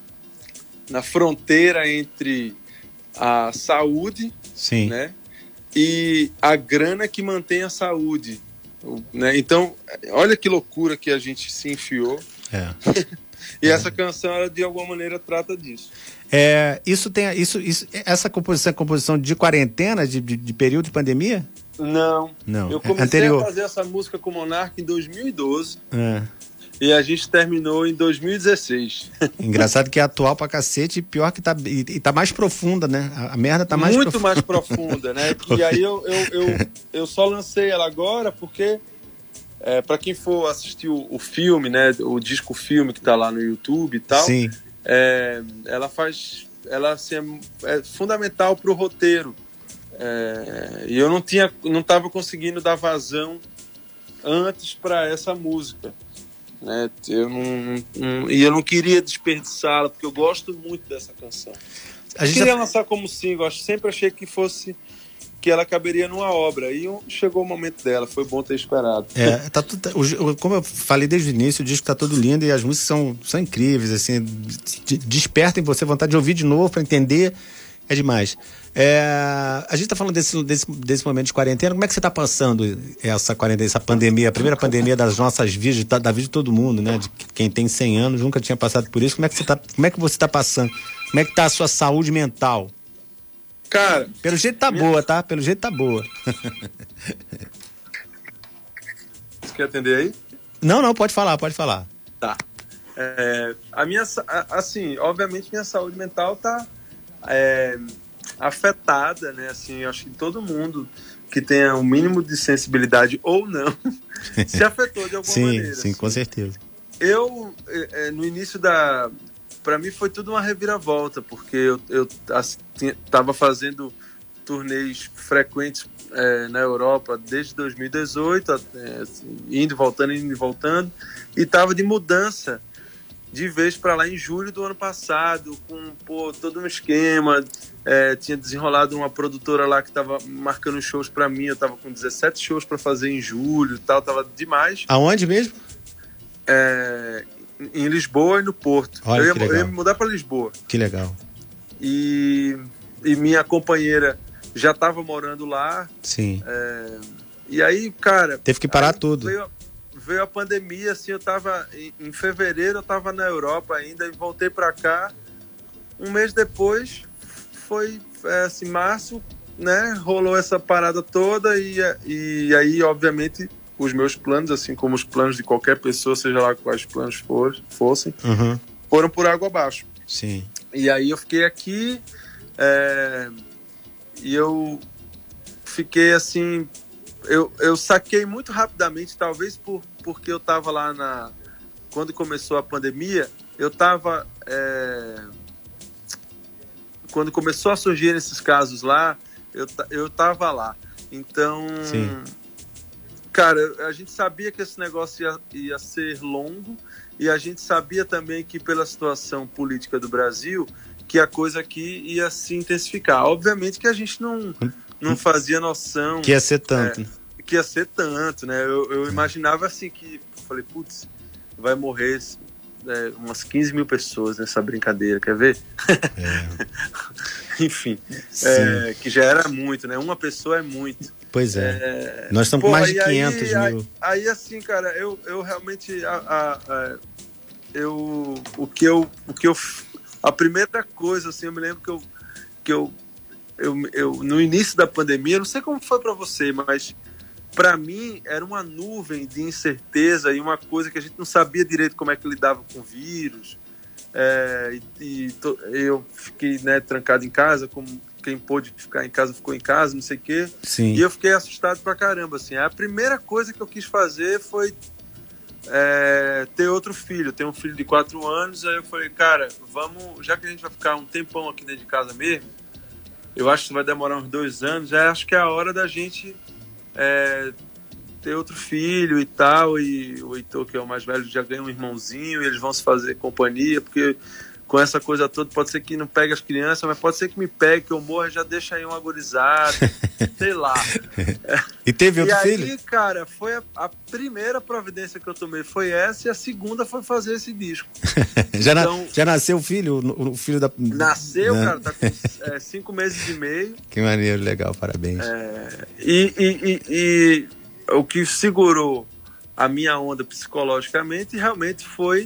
na fronteira entre a saúde, Sim. né, e a grana que mantém a saúde, né? Então, olha que loucura que a gente se enfiou. É. E é. essa canção, ela, de alguma maneira, trata disso. É, isso tem, isso, isso, essa composição é composição de quarentena, de, de, de período de pandemia? Não. Não. Eu comecei Anterior. a fazer essa música com o Monarca em dois mil e doze. É. E a gente terminou em dois mil e dezesseis. Engraçado que é atual pra cacete e pior que tá... E, e tá mais profunda, né? A, a merda tá mais Muito profunda. mais profunda, né? E aí eu, eu, eu, eu só lancei ela agora porque, é, pra quem for assistir o, o filme, né? O disco filme que tá lá no YouTube e tal. Sim. É, ela faz... Ela, assim, é, é fundamental pro roteiro. É, e eu não tinha... Não tava conseguindo dar vazão antes pra essa música. Né? Eu não, não, e eu não queria desperdiçá-la, porque eu gosto muito dessa canção. A gente queria já... lançar como single, acho, sempre achei que fosse que ela caberia numa obra, e chegou o momento dela, foi bom ter esperado. É, tá tudo, o, como eu falei desde o início, o disco tá todo lindo e as músicas são, são incríveis, assim, despertam em você vontade de ouvir de novo para entender, é demais. É, a gente tá falando desse, desse, desse momento de quarentena. Como é que você tá passando essa quarentena, essa pandemia, a primeira pandemia das nossas vidas, da vida de todo mundo, né? De quem tem cem anos, nunca tinha passado por isso. Como é que você tá, como é que você tá passando? Como é que tá a sua saúde mental? Cara... Pelo jeito tá minha... boa, tá? Pelo jeito tá boa. Você quer atender aí? Não, não, pode falar, pode falar. Tá. É, a minha, assim, obviamente minha saúde mental tá... É, afetada, né? Assim, eu acho que todo mundo que tenha um mínimo de sensibilidade ou não se afetou de alguma sim, maneira. Sim, assim. Com certeza. Eu, é, no início da... Pra mim foi tudo uma reviravolta, porque eu, eu assim, tava fazendo turnês frequentes é, na Europa desde dois mil e dezoito, é, assim, indo e voltando, indo e voltando, e tava de mudança de vez para lá em julho do ano passado, com pô, todo um esquema. É, tinha desenrolado uma produtora lá que estava marcando shows para mim. Eu estava com dezessete shows para fazer em julho e tal, tava demais. Aonde mesmo? É, em Lisboa e no Porto. Olha, eu, ia, que legal. eu ia me mudar para Lisboa. Que legal. E, e minha companheira já estava morando lá. Sim. É, e aí, cara... Teve que parar tudo. Veio, veio a pandemia, assim, eu tava... Em, em fevereiro eu tava na Europa ainda e voltei para cá. Um mês depois... Foi, é, assim, março, né, rolou essa parada toda e, e aí, obviamente, os meus planos, assim como os planos de qualquer pessoa, seja lá quais planos for, fossem, uhum. foram por água abaixo. Sim. E aí eu fiquei aqui é, e eu fiquei, assim, eu, eu saquei muito rapidamente, talvez por, porque eu estava lá na... Quando começou a pandemia, eu estava... É, quando começou a surgir esses casos lá, eu, eu tava lá. Então, Sim. cara, a gente sabia que esse negócio ia, ia ser longo e a gente sabia também que pela situação política do Brasil, que a coisa aqui ia se intensificar. Obviamente que a gente não, não fazia noção... Que ia ser tanto. É, que ia ser tanto, né? Eu, eu imaginava assim que... Falei, putz, vai morrer... É, umas quinze mil pessoas nessa brincadeira, quer ver? É. Enfim, é, que já era muito, né? Uma pessoa é muito. Pois é. é... Nós estamos com mais de quinhentos aí, mil. Aí, aí, assim, cara, eu, eu realmente. A, a, a, eu, o que eu, o que eu. A primeira coisa, assim, eu me lembro que eu. Que eu, eu, eu no início da pandemia, não sei como foi pra você, mas. Para mim, era uma nuvem de incerteza e uma coisa que a gente não sabia direito como é que lidava com o vírus. É, e, e to, eu fiquei, né, trancado em casa, como quem pôde ficar em casa ficou em casa, não sei o quê. Sim. E eu fiquei assustado pra caramba. Assim. A primeira coisa que eu quis fazer foi é, ter outro filho. Ter um filho de quatro anos. Aí eu falei, cara, vamos, já que a gente vai ficar um tempão aqui dentro de casa mesmo, eu acho que vai demorar uns dois anos, já acho que é a hora da gente... É, ter outro filho e tal, e o Heitor, que é o mais velho, já ganha um irmãozinho e eles vão se fazer companhia, porque com essa coisa toda pode ser que não pegue as crianças, mas pode ser que me pegue, que eu morra e já deixa aí um agorizado, sei lá. E teve outro e filho? E aí, cara, foi a, a primeira providência que eu tomei foi essa, e a segunda foi fazer esse disco. já, então, na, já nasceu o filho? O, o filho da... Nasceu, né? Cara, tá com é, cinco meses e meio. Que maneiro, legal, parabéns. É, e, e, e, e o que segurou a minha onda psicologicamente realmente foi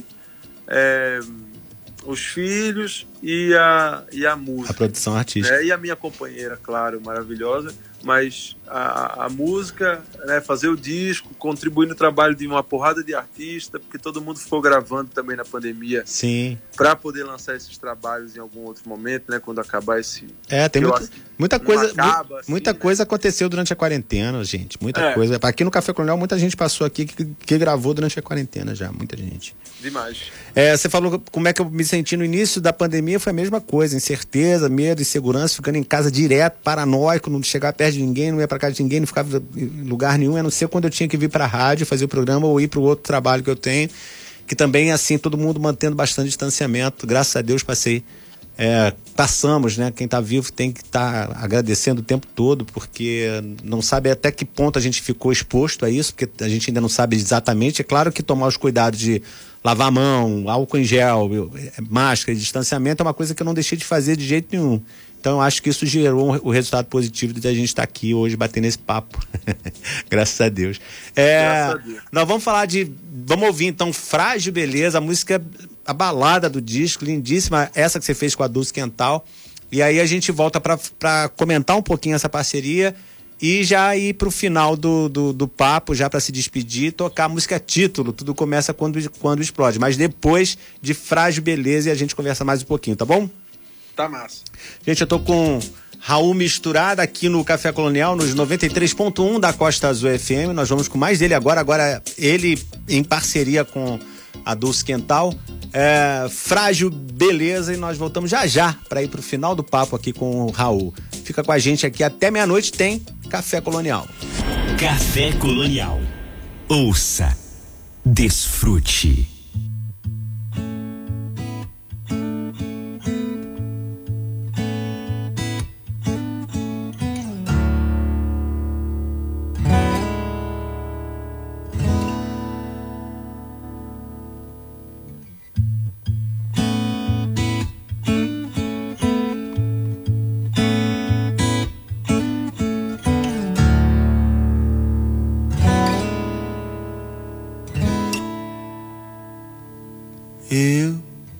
é, os filhos e a, e a música. A produção artística. Né? E a minha companheira, claro, maravilhosa, mas a, a música, né, fazer o disco, contribuir no trabalho de uma porrada de artistas, porque todo mundo ficou gravando também na pandemia. Sim. Para poder lançar esses trabalhos em algum outro momento, né, quando acabar esse... É, tem muito, muita coisa, acaba, assim, muita né? coisa aconteceu durante a quarentena, gente, muita é. coisa. Aqui no Café Colonial, muita gente passou aqui que, que gravou durante a quarentena já, muita gente. Demais. É, você falou como é que eu me senti no início da pandemia, foi a mesma coisa, incerteza, medo, insegurança, ficando em casa direto, paranoico, não chegar perto de ninguém, não ia pra casa de ninguém, não ficava em lugar nenhum, a não ser quando eu tinha que vir pra rádio, fazer o programa ou ir pro outro trabalho que eu tenho, que também, assim, todo mundo mantendo bastante distanciamento, graças a Deus passei, é, passamos, né, quem tá vivo tem que estar tá agradecendo o tempo todo, porque não sabe até que ponto a gente ficou exposto a isso, porque a gente ainda não sabe exatamente. É claro que tomar os cuidados de lavar a mão, álcool em gel, máscara e distanciamento é uma coisa que eu não deixei de fazer de jeito nenhum. Então eu acho que isso gerou o resultado positivo de a gente estar aqui hoje batendo esse papo. Graças a Deus. É, Graças a Deus. Nós vamos falar de... Vamos ouvir então Frágil Beleza, a música, a balada do disco, lindíssima, essa que você fez com a Dulce Quental. E aí a gente volta para comentar um pouquinho essa parceria e já ir pro final do, do, do papo, já para se despedir, tocar a música título. Tudo começa quando, quando explode. Mas depois de Frágil Beleza e a gente conversa mais um pouquinho, tá bom? Tá massa. Gente, eu tô com Raul Misturada aqui no Café Colonial, nos noventa e três ponto um da Costa Azul F M. Nós vamos com mais dele agora. Agora ele em parceria com a Dulce Quental. É, Frágil Beleza, e nós voltamos já já para ir pro final do papo aqui com o Raul. Fica com a gente aqui até meia-noite, tem Café Colonial. Café Colonial. Ouça, desfrute. Eu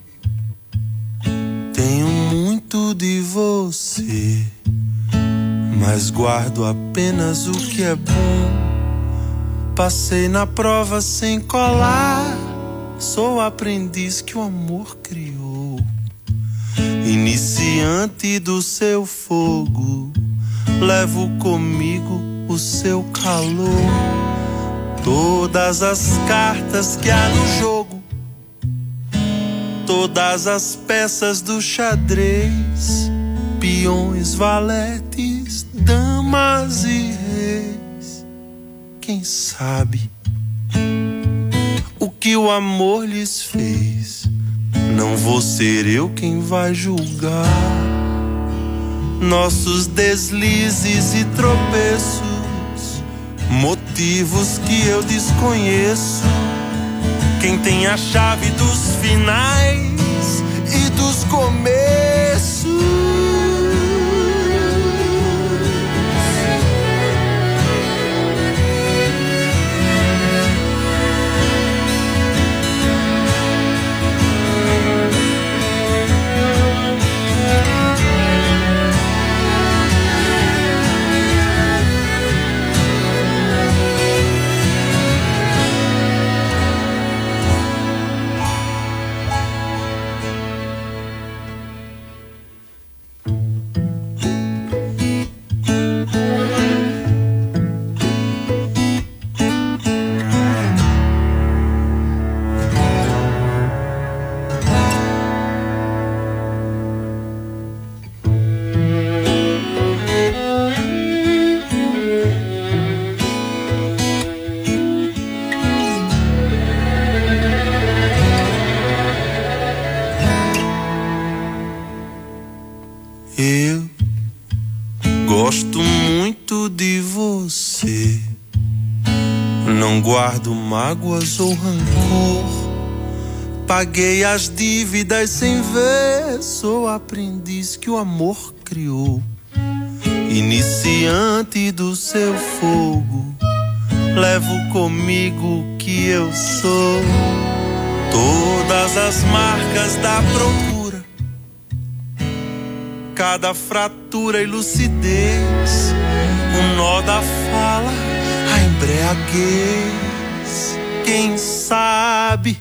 tenho muito de você, mas guardo apenas o que é bom. Passei na prova sem colar, sou aprendiz que o amor criou. Iniciante do seu fogo, levo comigo o seu calor. Todas as cartas que há no jogo, todas as peças do xadrez, peões, valetes, damas e reis. Quem sabe o que o amor lhes fez? Não vou ser eu quem vai julgar nossos deslizes e tropeços, motivos que eu desconheço. Quem tem a chave dos finais e dos começos? Guardo mágoas ou rancor, paguei as dívidas sem ver, sou aprendiz que o amor criou, iniciante do seu fogo, levo comigo o que eu sou, todas as marcas da procura, cada fratura e lucidez, o nó da fala, a embriaguez. Quem sabe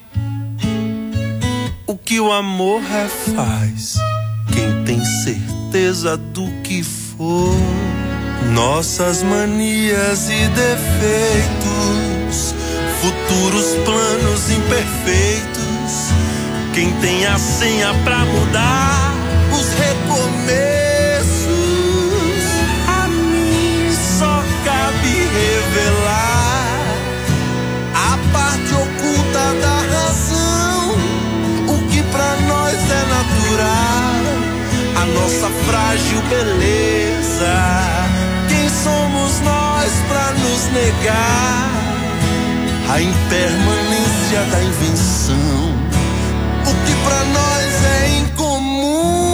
o que o amor refaz? Quem tem certeza do que for? Nossas manias e defeitos, futuros planos imperfeitos. Quem tem a senha pra mudar os recomeços? A mim só cabe revelar a parte oculta da razão, o que pra nós é natural, a nossa frágil beleza. Quem somos nós pra nos negar a impermanência da invenção, o que pra nós é incomum?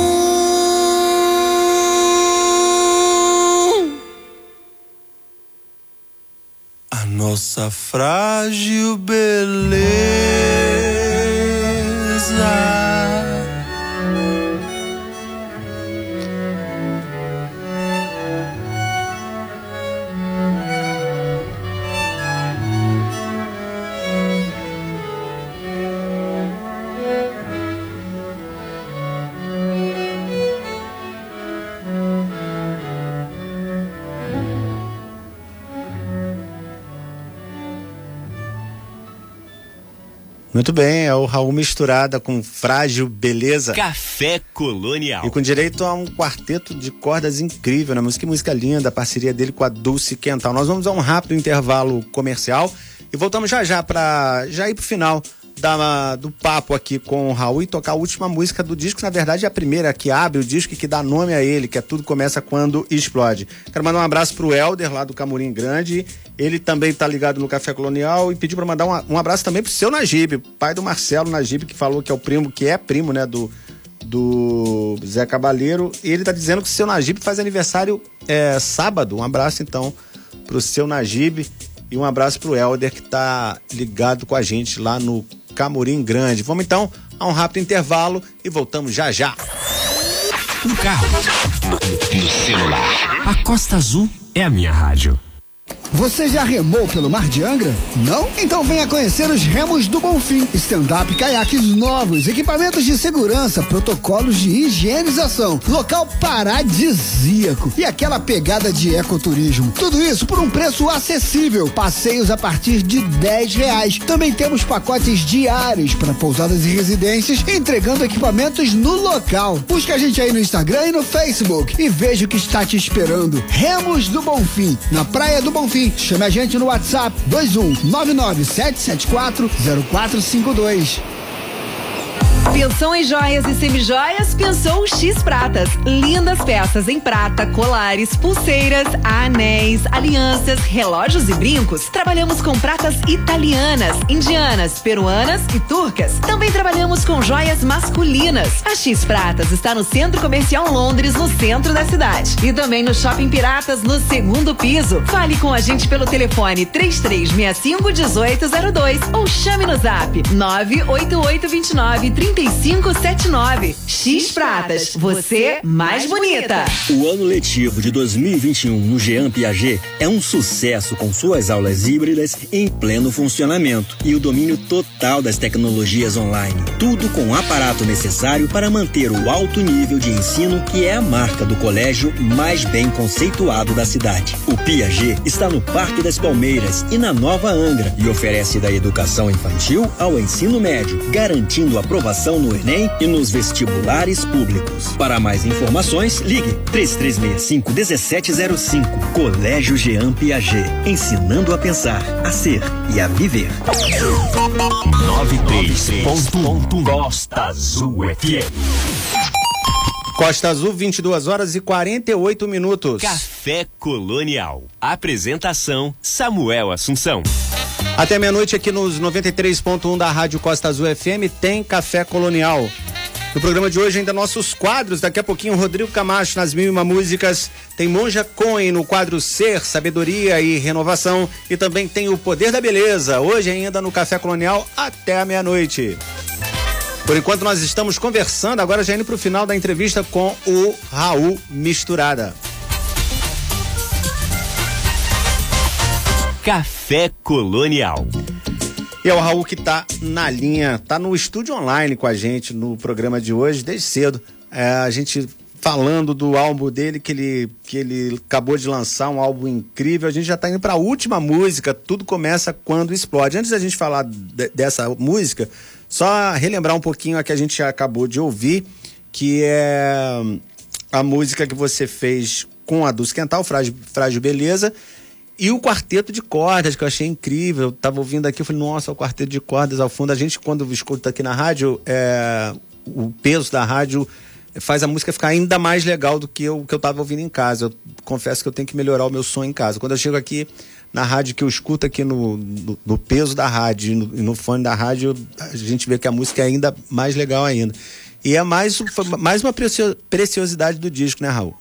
A nossa frágil beleza. Muito bem, é o Raul Misturada com Frágil Beleza. Café Colonial. E com direito a um quarteto de cordas incrível, né? Música, música linda, a parceria dele com a Dulce Quental. Nós vamos a um rápido intervalo comercial e voltamos já já para já ir pro final da, do papo aqui com o Raul e tocar a última música do disco, na verdade é a primeira que abre o disco e que dá nome a ele, que é Tudo Começa Quando Explode. Quero mandar um abraço pro Helder lá do Camurim Grande, ele também tá ligado no Café Colonial e pediu para mandar um, um abraço também pro seu Najib, pai do Marcelo Najib, que falou que é o primo, que é primo, né, do, do Zé Cabaleiro, e ele tá dizendo que o seu Najib faz aniversário é, sábado. Um abraço então pro seu Najib e um abraço pro Helder, que tá ligado com a gente lá no Camurim Grande. Vamos então a um rápido intervalo e voltamos já já. No carro, no, no celular. A Costa Azul é a minha rádio. Você já remou pelo Mar de Angra? Não? Então venha conhecer os Remos do Bonfim. Stand-up, caiaques novos, equipamentos de segurança, protocolos de higienização, local paradisíaco e aquela pegada de ecoturismo. Tudo isso por um preço acessível. Passeios a partir de dez reais. Também temos pacotes diários para pousadas e residências, entregando equipamentos no local. Busca a gente aí no Instagram e no Facebook e veja o que está te esperando. Remos do Bonfim, na Praia do Bonfim. Chame a gente no WhatsApp dois um nove nove sete sete quatro zero quatro cinco dois. Pensou em joias e semijoias? Pensou X Pratas. Lindas peças em prata, colares, pulseiras, anéis, alianças, relógios e brincos. Trabalhamos com pratas italianas, indianas, peruanas e turcas. Também trabalhamos com joias masculinas. A X Pratas está no Centro Comercial Londres, no centro da cidade. E também no Shopping Piratas, no segundo piso. Fale com a gente pelo telefone três três seis cinco, um oito zero dois ou chame no zap nove oito oito dois nove, três cinco sete nove. X Pratas, você mais bonita. O ano letivo de dois mil e vinte e um no Jean Piaget é um sucesso, com suas aulas híbridas em pleno funcionamento e o domínio total das tecnologias online. Tudo com o aparato necessário para manter o alto nível de ensino, que é a marca do colégio mais bem conceituado da cidade. O Piaget está no Parque das Palmeiras e na Nova Angra e oferece da educação infantil ao ensino médio, garantindo aprovação no Enem e nos vestibulares públicos. Para mais informações, ligue três três seis cinco, um sete zero cinco. Colégio Jean Piaget, ensinando a pensar, a ser e a viver. noventa e três ponto um Costa Azul F M. Costa Azul, vinte e duas horas e quarenta e oito minutos. Café Colonial. Apresentação: Samuel Assunção. Até meia-noite aqui nos noventa e três ponto um da Rádio Costa Azul F M tem Café Colonial. No programa de hoje ainda nossos quadros, daqui a pouquinho Rodrigo Camacho nas Mil e Uma Músicas, tem Monja Cohen no quadro Ser, Sabedoria e Renovação, e também tem o Poder da Beleza, hoje ainda no Café Colonial até a meia-noite. Por enquanto nós estamos conversando, agora já indo para o final da entrevista com o Raul Misturada. Café Colonial. E é o Raul que tá na linha, tá no estúdio online com a gente no programa de hoje, desde cedo. É, a gente falando do álbum dele, que ele, que ele acabou de lançar, um álbum incrível. A gente já tá indo para a última música, Tudo Começa Quando Explode. Antes da gente falar de, dessa música, só relembrar um pouquinho a que a gente já acabou de ouvir, que é a música que você fez com a Dulce Quental, Frágil, Frágil Beleza, e o quarteto de cordas, que eu achei incrível. Eu tava ouvindo aqui, eu falei, nossa, o quarteto de cordas ao fundo. A gente, quando escuta aqui na rádio, é, o peso da rádio faz a música ficar ainda mais legal do que o que eu tava ouvindo em casa. Eu confesso que eu tenho que melhorar o meu som em casa. Quando eu chego aqui na rádio, que eu escuto aqui no, no, no peso da rádio e no, no fone da rádio, a gente vê que a música é ainda mais legal ainda. E é mais, mais uma preciosidade do disco, né, Raul?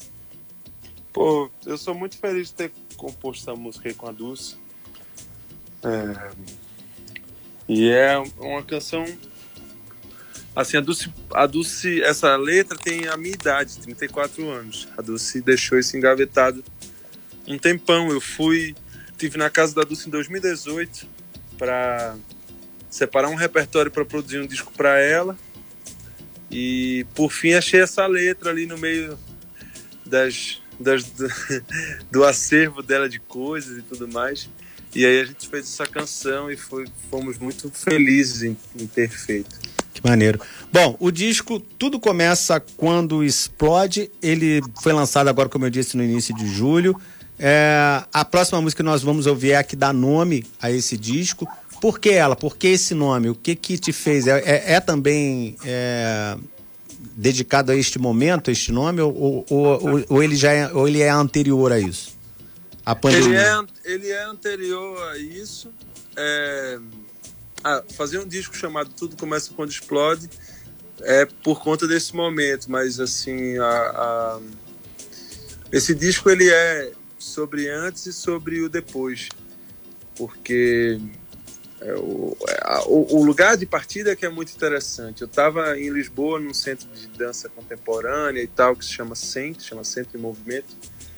Pô, eu sou muito feliz de ter composto essa música aí com a Dulce. É... E é uma canção... Assim, a Dulce, a Dulce, essa letra tem a minha idade, trinta e quatro anos. A Dulce deixou isso engavetado um tempão. Eu fui... Estive na casa da Dulce em dois mil e dezoito para separar um repertório para produzir um disco para ela. E, por fim, achei essa letra ali no meio das... Das, do, do acervo dela de coisas e tudo mais, e aí a gente fez essa canção e foi, fomos muito felizes em, em ter feito. Que maneiro. Bom, o disco Tudo Começa Quando Explode, ele foi lançado agora, como eu disse, no início de julho. É, a próxima música que nós vamos ouvir é a que dá nome a esse disco. Por que ela? Por que esse nome? O que que te fez? É, é, é também... É... dedicado a este momento, este nome, ou, ou, ou, ou, ele já é, ou ele é anterior a isso? A pandemia? Ele é, ele é anterior a isso. É, ah, fazer um disco chamado Tudo Começa Quando Explode é por conta desse momento, mas assim, a, a, esse disco ele é sobre antes e sobre o depois, porque... É, o, a, o lugar de partida é que é muito interessante. Eu estava em Lisboa, num centro de dança contemporânea e tal, que se chama C E M, chama Centro de Movimento,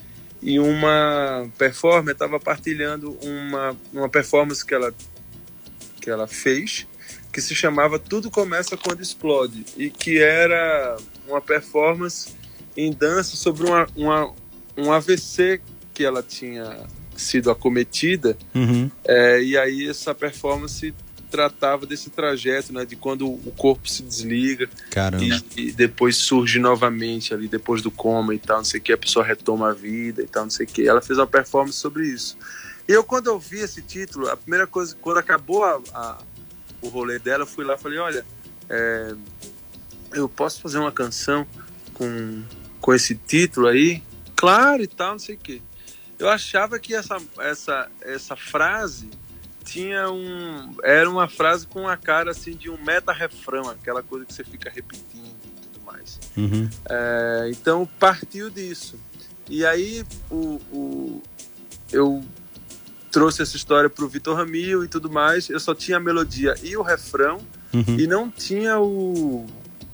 e uma performer estava partilhando uma, uma performance que ela, que ela fez, que se chamava Tudo Começa Quando Explode, e que era uma performance em dança sobre uma, uma, um A V C que ela tinha sido acometida, uhum. é, e aí essa performance tratava desse trajeto, né, de quando o corpo se desliga e, e depois surge novamente ali depois do coma e tal, não sei o que, a pessoa retoma a vida e tal, não sei o que. Ela fez uma performance sobre isso. E eu, quando eu vi esse título, a primeira coisa, quando acabou a, a, o rolê dela, eu fui lá e falei, olha, é, eu posso fazer uma canção com, com esse título aí? Claro e tal, não sei o que. Eu achava que essa, essa, essa frase tinha um... Era uma frase com a cara assim de um meta-refrão, aquela coisa que você fica repetindo e tudo mais. Uhum. É, então partiu disso. E aí o, o, eu trouxe essa história pro Vitor Ramil e tudo mais. Eu só tinha a melodia e o refrão, uhum. e não tinha o...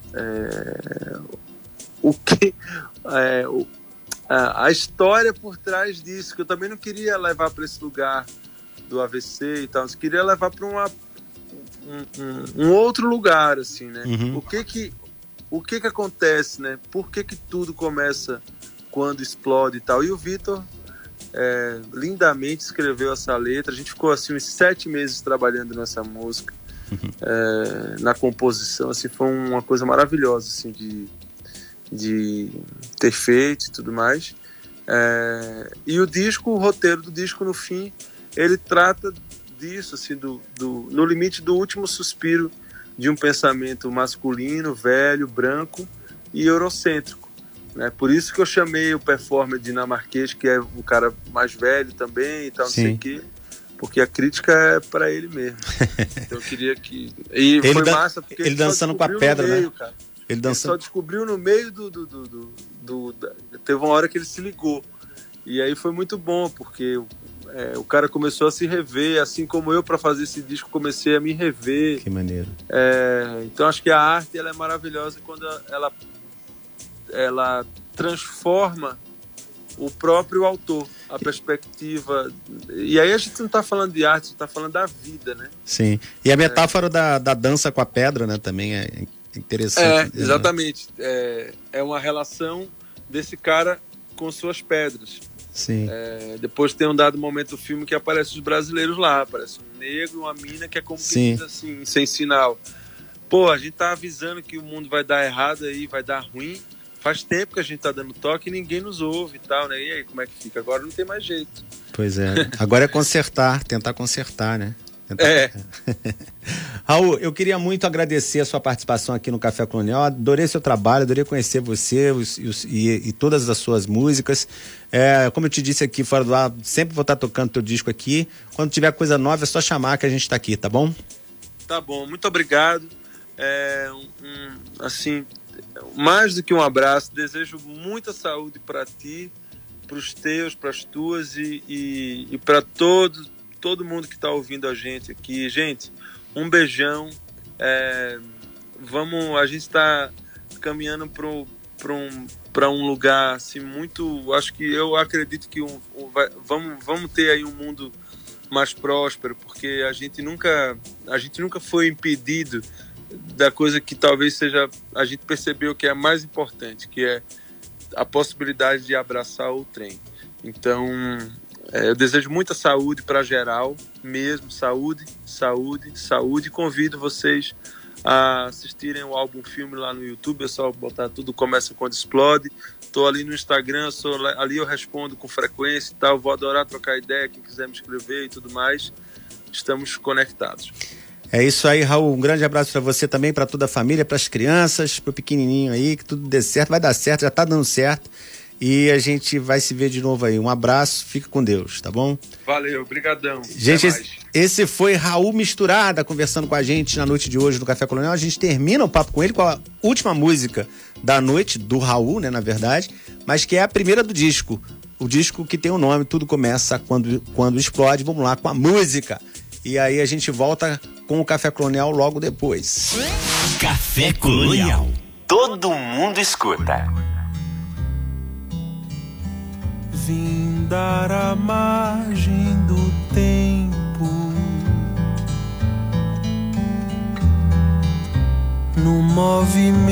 É, o que... É, o, a, a história por trás disso, que eu também não queria levar para esse lugar do A V C e tal, eu queria levar para uma um, um, um outro lugar, assim, né? Uhum. O que que o que que acontece, né? Por que que tudo começa quando explode e tal? E o Vitor é, lindamente escreveu essa letra. A gente ficou assim uns sete meses trabalhando nessa música, uhum. é, na composição, assim, foi uma coisa maravilhosa, assim, de de ter feito e tudo mais. É, e o disco, o roteiro do disco, no fim, ele trata disso, assim, do, do, no limite do último suspiro de um pensamento masculino, velho, branco e eurocêntrico, né? Por isso que eu chamei o performer dinamarquês, que é um cara mais velho também e tal, Sim. não sei o quê, porque a crítica é pra ele mesmo. Então eu queria que... E ele foi dan- massa, porque ele dançando com a pedra, meio, né? Cara. Ele, dançando... ele só descobriu no meio do... do, do, do, do da... Teve uma hora que ele se ligou. E aí foi muito bom, porque é, o cara começou a se rever, assim como eu, para fazer esse disco, comecei a me rever. Que maneiro. É, então acho que a arte ela é maravilhosa quando ela, ela transforma o próprio autor, a perspectiva. E aí a gente não está falando de arte, a gente está falando da vida, né? Sim. E a metáfora é. da, da dança com a pedra, né, também é interessante. É, exatamente. É, é uma relação desse cara com suas pedras. Sim. É, depois tem um dado momento do filme que aparece os brasileiros lá, aparece um negro, uma mina, que é como que diz assim, sem sinal. Pô, a gente tá avisando que o mundo vai dar errado aí, vai dar ruim. Faz tempo que a gente tá dando toque e ninguém nos ouve e tal, né? E aí, como é que fica? Agora não tem mais jeito. Pois é. Agora é consertar, tentar consertar, né? Tentar... É. Raul, eu queria muito agradecer a sua participação aqui no Café Colonial. Adorei seu trabalho, adorei conhecer você os, os, e, e todas as suas músicas. É, como eu te disse aqui fora do ar, sempre vou estar tocando teu disco aqui. Quando tiver coisa nova é só chamar que a gente está aqui, tá bom? Tá bom, muito obrigado. É, um, assim, mais do que um abraço, desejo muita saúde para ti, para os teus, para as tuas e, e, e para todos, todo mundo que está ouvindo a gente aqui. Gente, um beijão. É, vamos, a gente está caminhando para um, para um lugar assim, muito. Acho que eu acredito que um, um, vai, vamos, vamos ter aí um mundo mais próspero, porque a gente nunca, a gente nunca foi impedido da coisa que talvez seja, a gente percebeu que é a mais importante, que é a possibilidade de abraçar o trem. Então, é, eu desejo muita saúde para geral, mesmo, saúde, saúde, saúde. Convido vocês a assistirem o álbum filme lá no YouTube, é só botar Tudo Começa Quando Explode. Estou ali no Instagram, sou, ali eu respondo com frequência e tal, vou adorar trocar ideia, quem quiser me escrever e tudo mais. Estamos conectados. É isso aí, Raul. Um grande abraço para você também, para toda a família, para as crianças, para o pequenininho aí, que tudo dê certo. Vai dar certo, já tá dando certo. E a gente vai se ver de novo aí. Um abraço, fica com Deus, tá bom? Valeu, brigadão. Gente, esse, esse foi Raul Misturada conversando com a gente na noite de hoje no Café Colonial. A gente termina o papo com ele com a última música da noite, do Raul, né, na verdade, mas que é a primeira do disco. O disco que tem o nome Tudo Começa Quando, Quando Explode. Vamos lá com a música. E aí a gente volta com o Café Colonial logo depois. Café Colonial. Todo mundo escuta. Vindar à margem do tempo, no movimento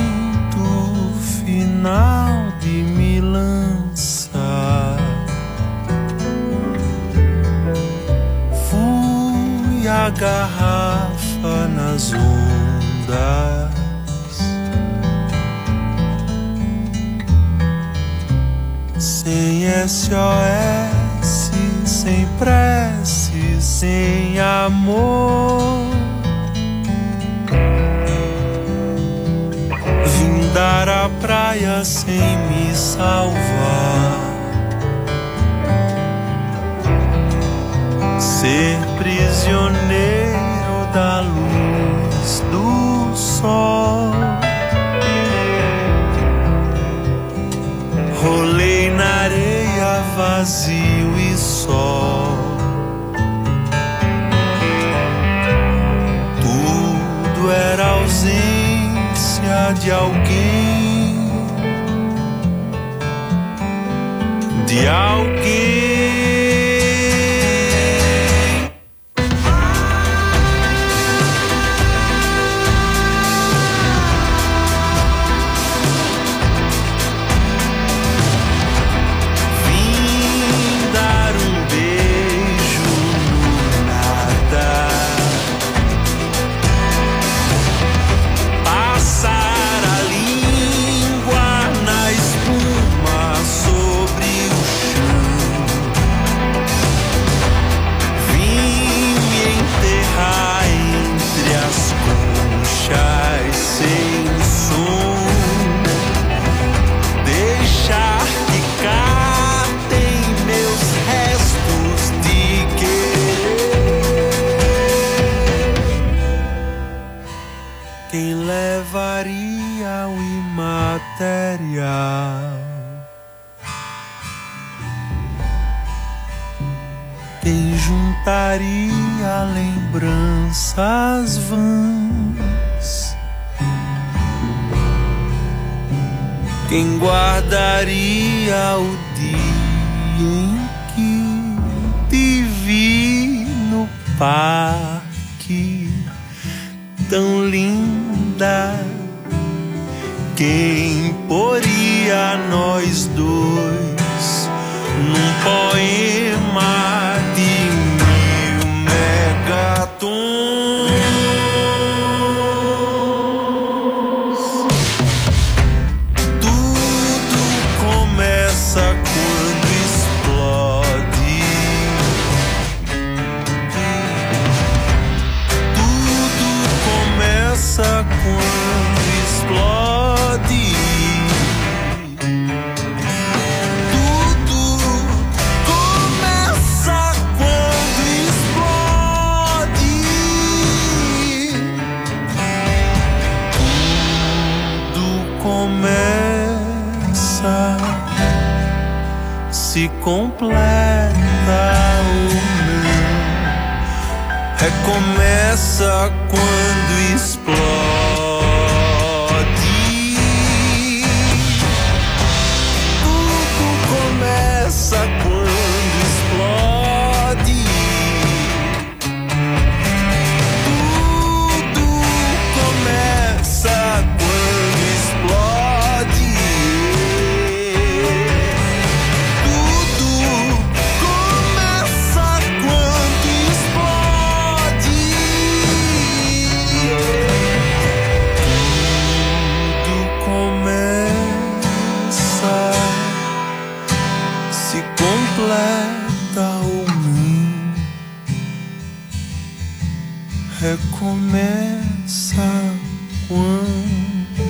final de me lançar. Fui a garrafa nas ondas, sem S O S, sem prece, sem amor. Vindar à praia sem me salvar, ser prisioneiro da luz do sol. Rolei na areia vazio e só, tudo era ausência de alguém, de alguém. Quem juntaria lembranças vãs, quem guardaria o dia em que te vi no parque tão linda, quem poria nós dois num poema de mil megatons. Tudo começa quando explode, tudo começa quando explode. Se completa ou não, recomeça quando explode. Tudo começa quando explode. Tudo começa quando explode. Recomeça quando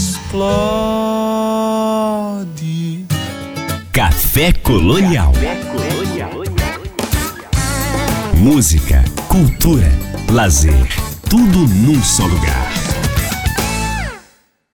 explode. Café Colonial. Música, cultura, lazer, tudo num só lugar.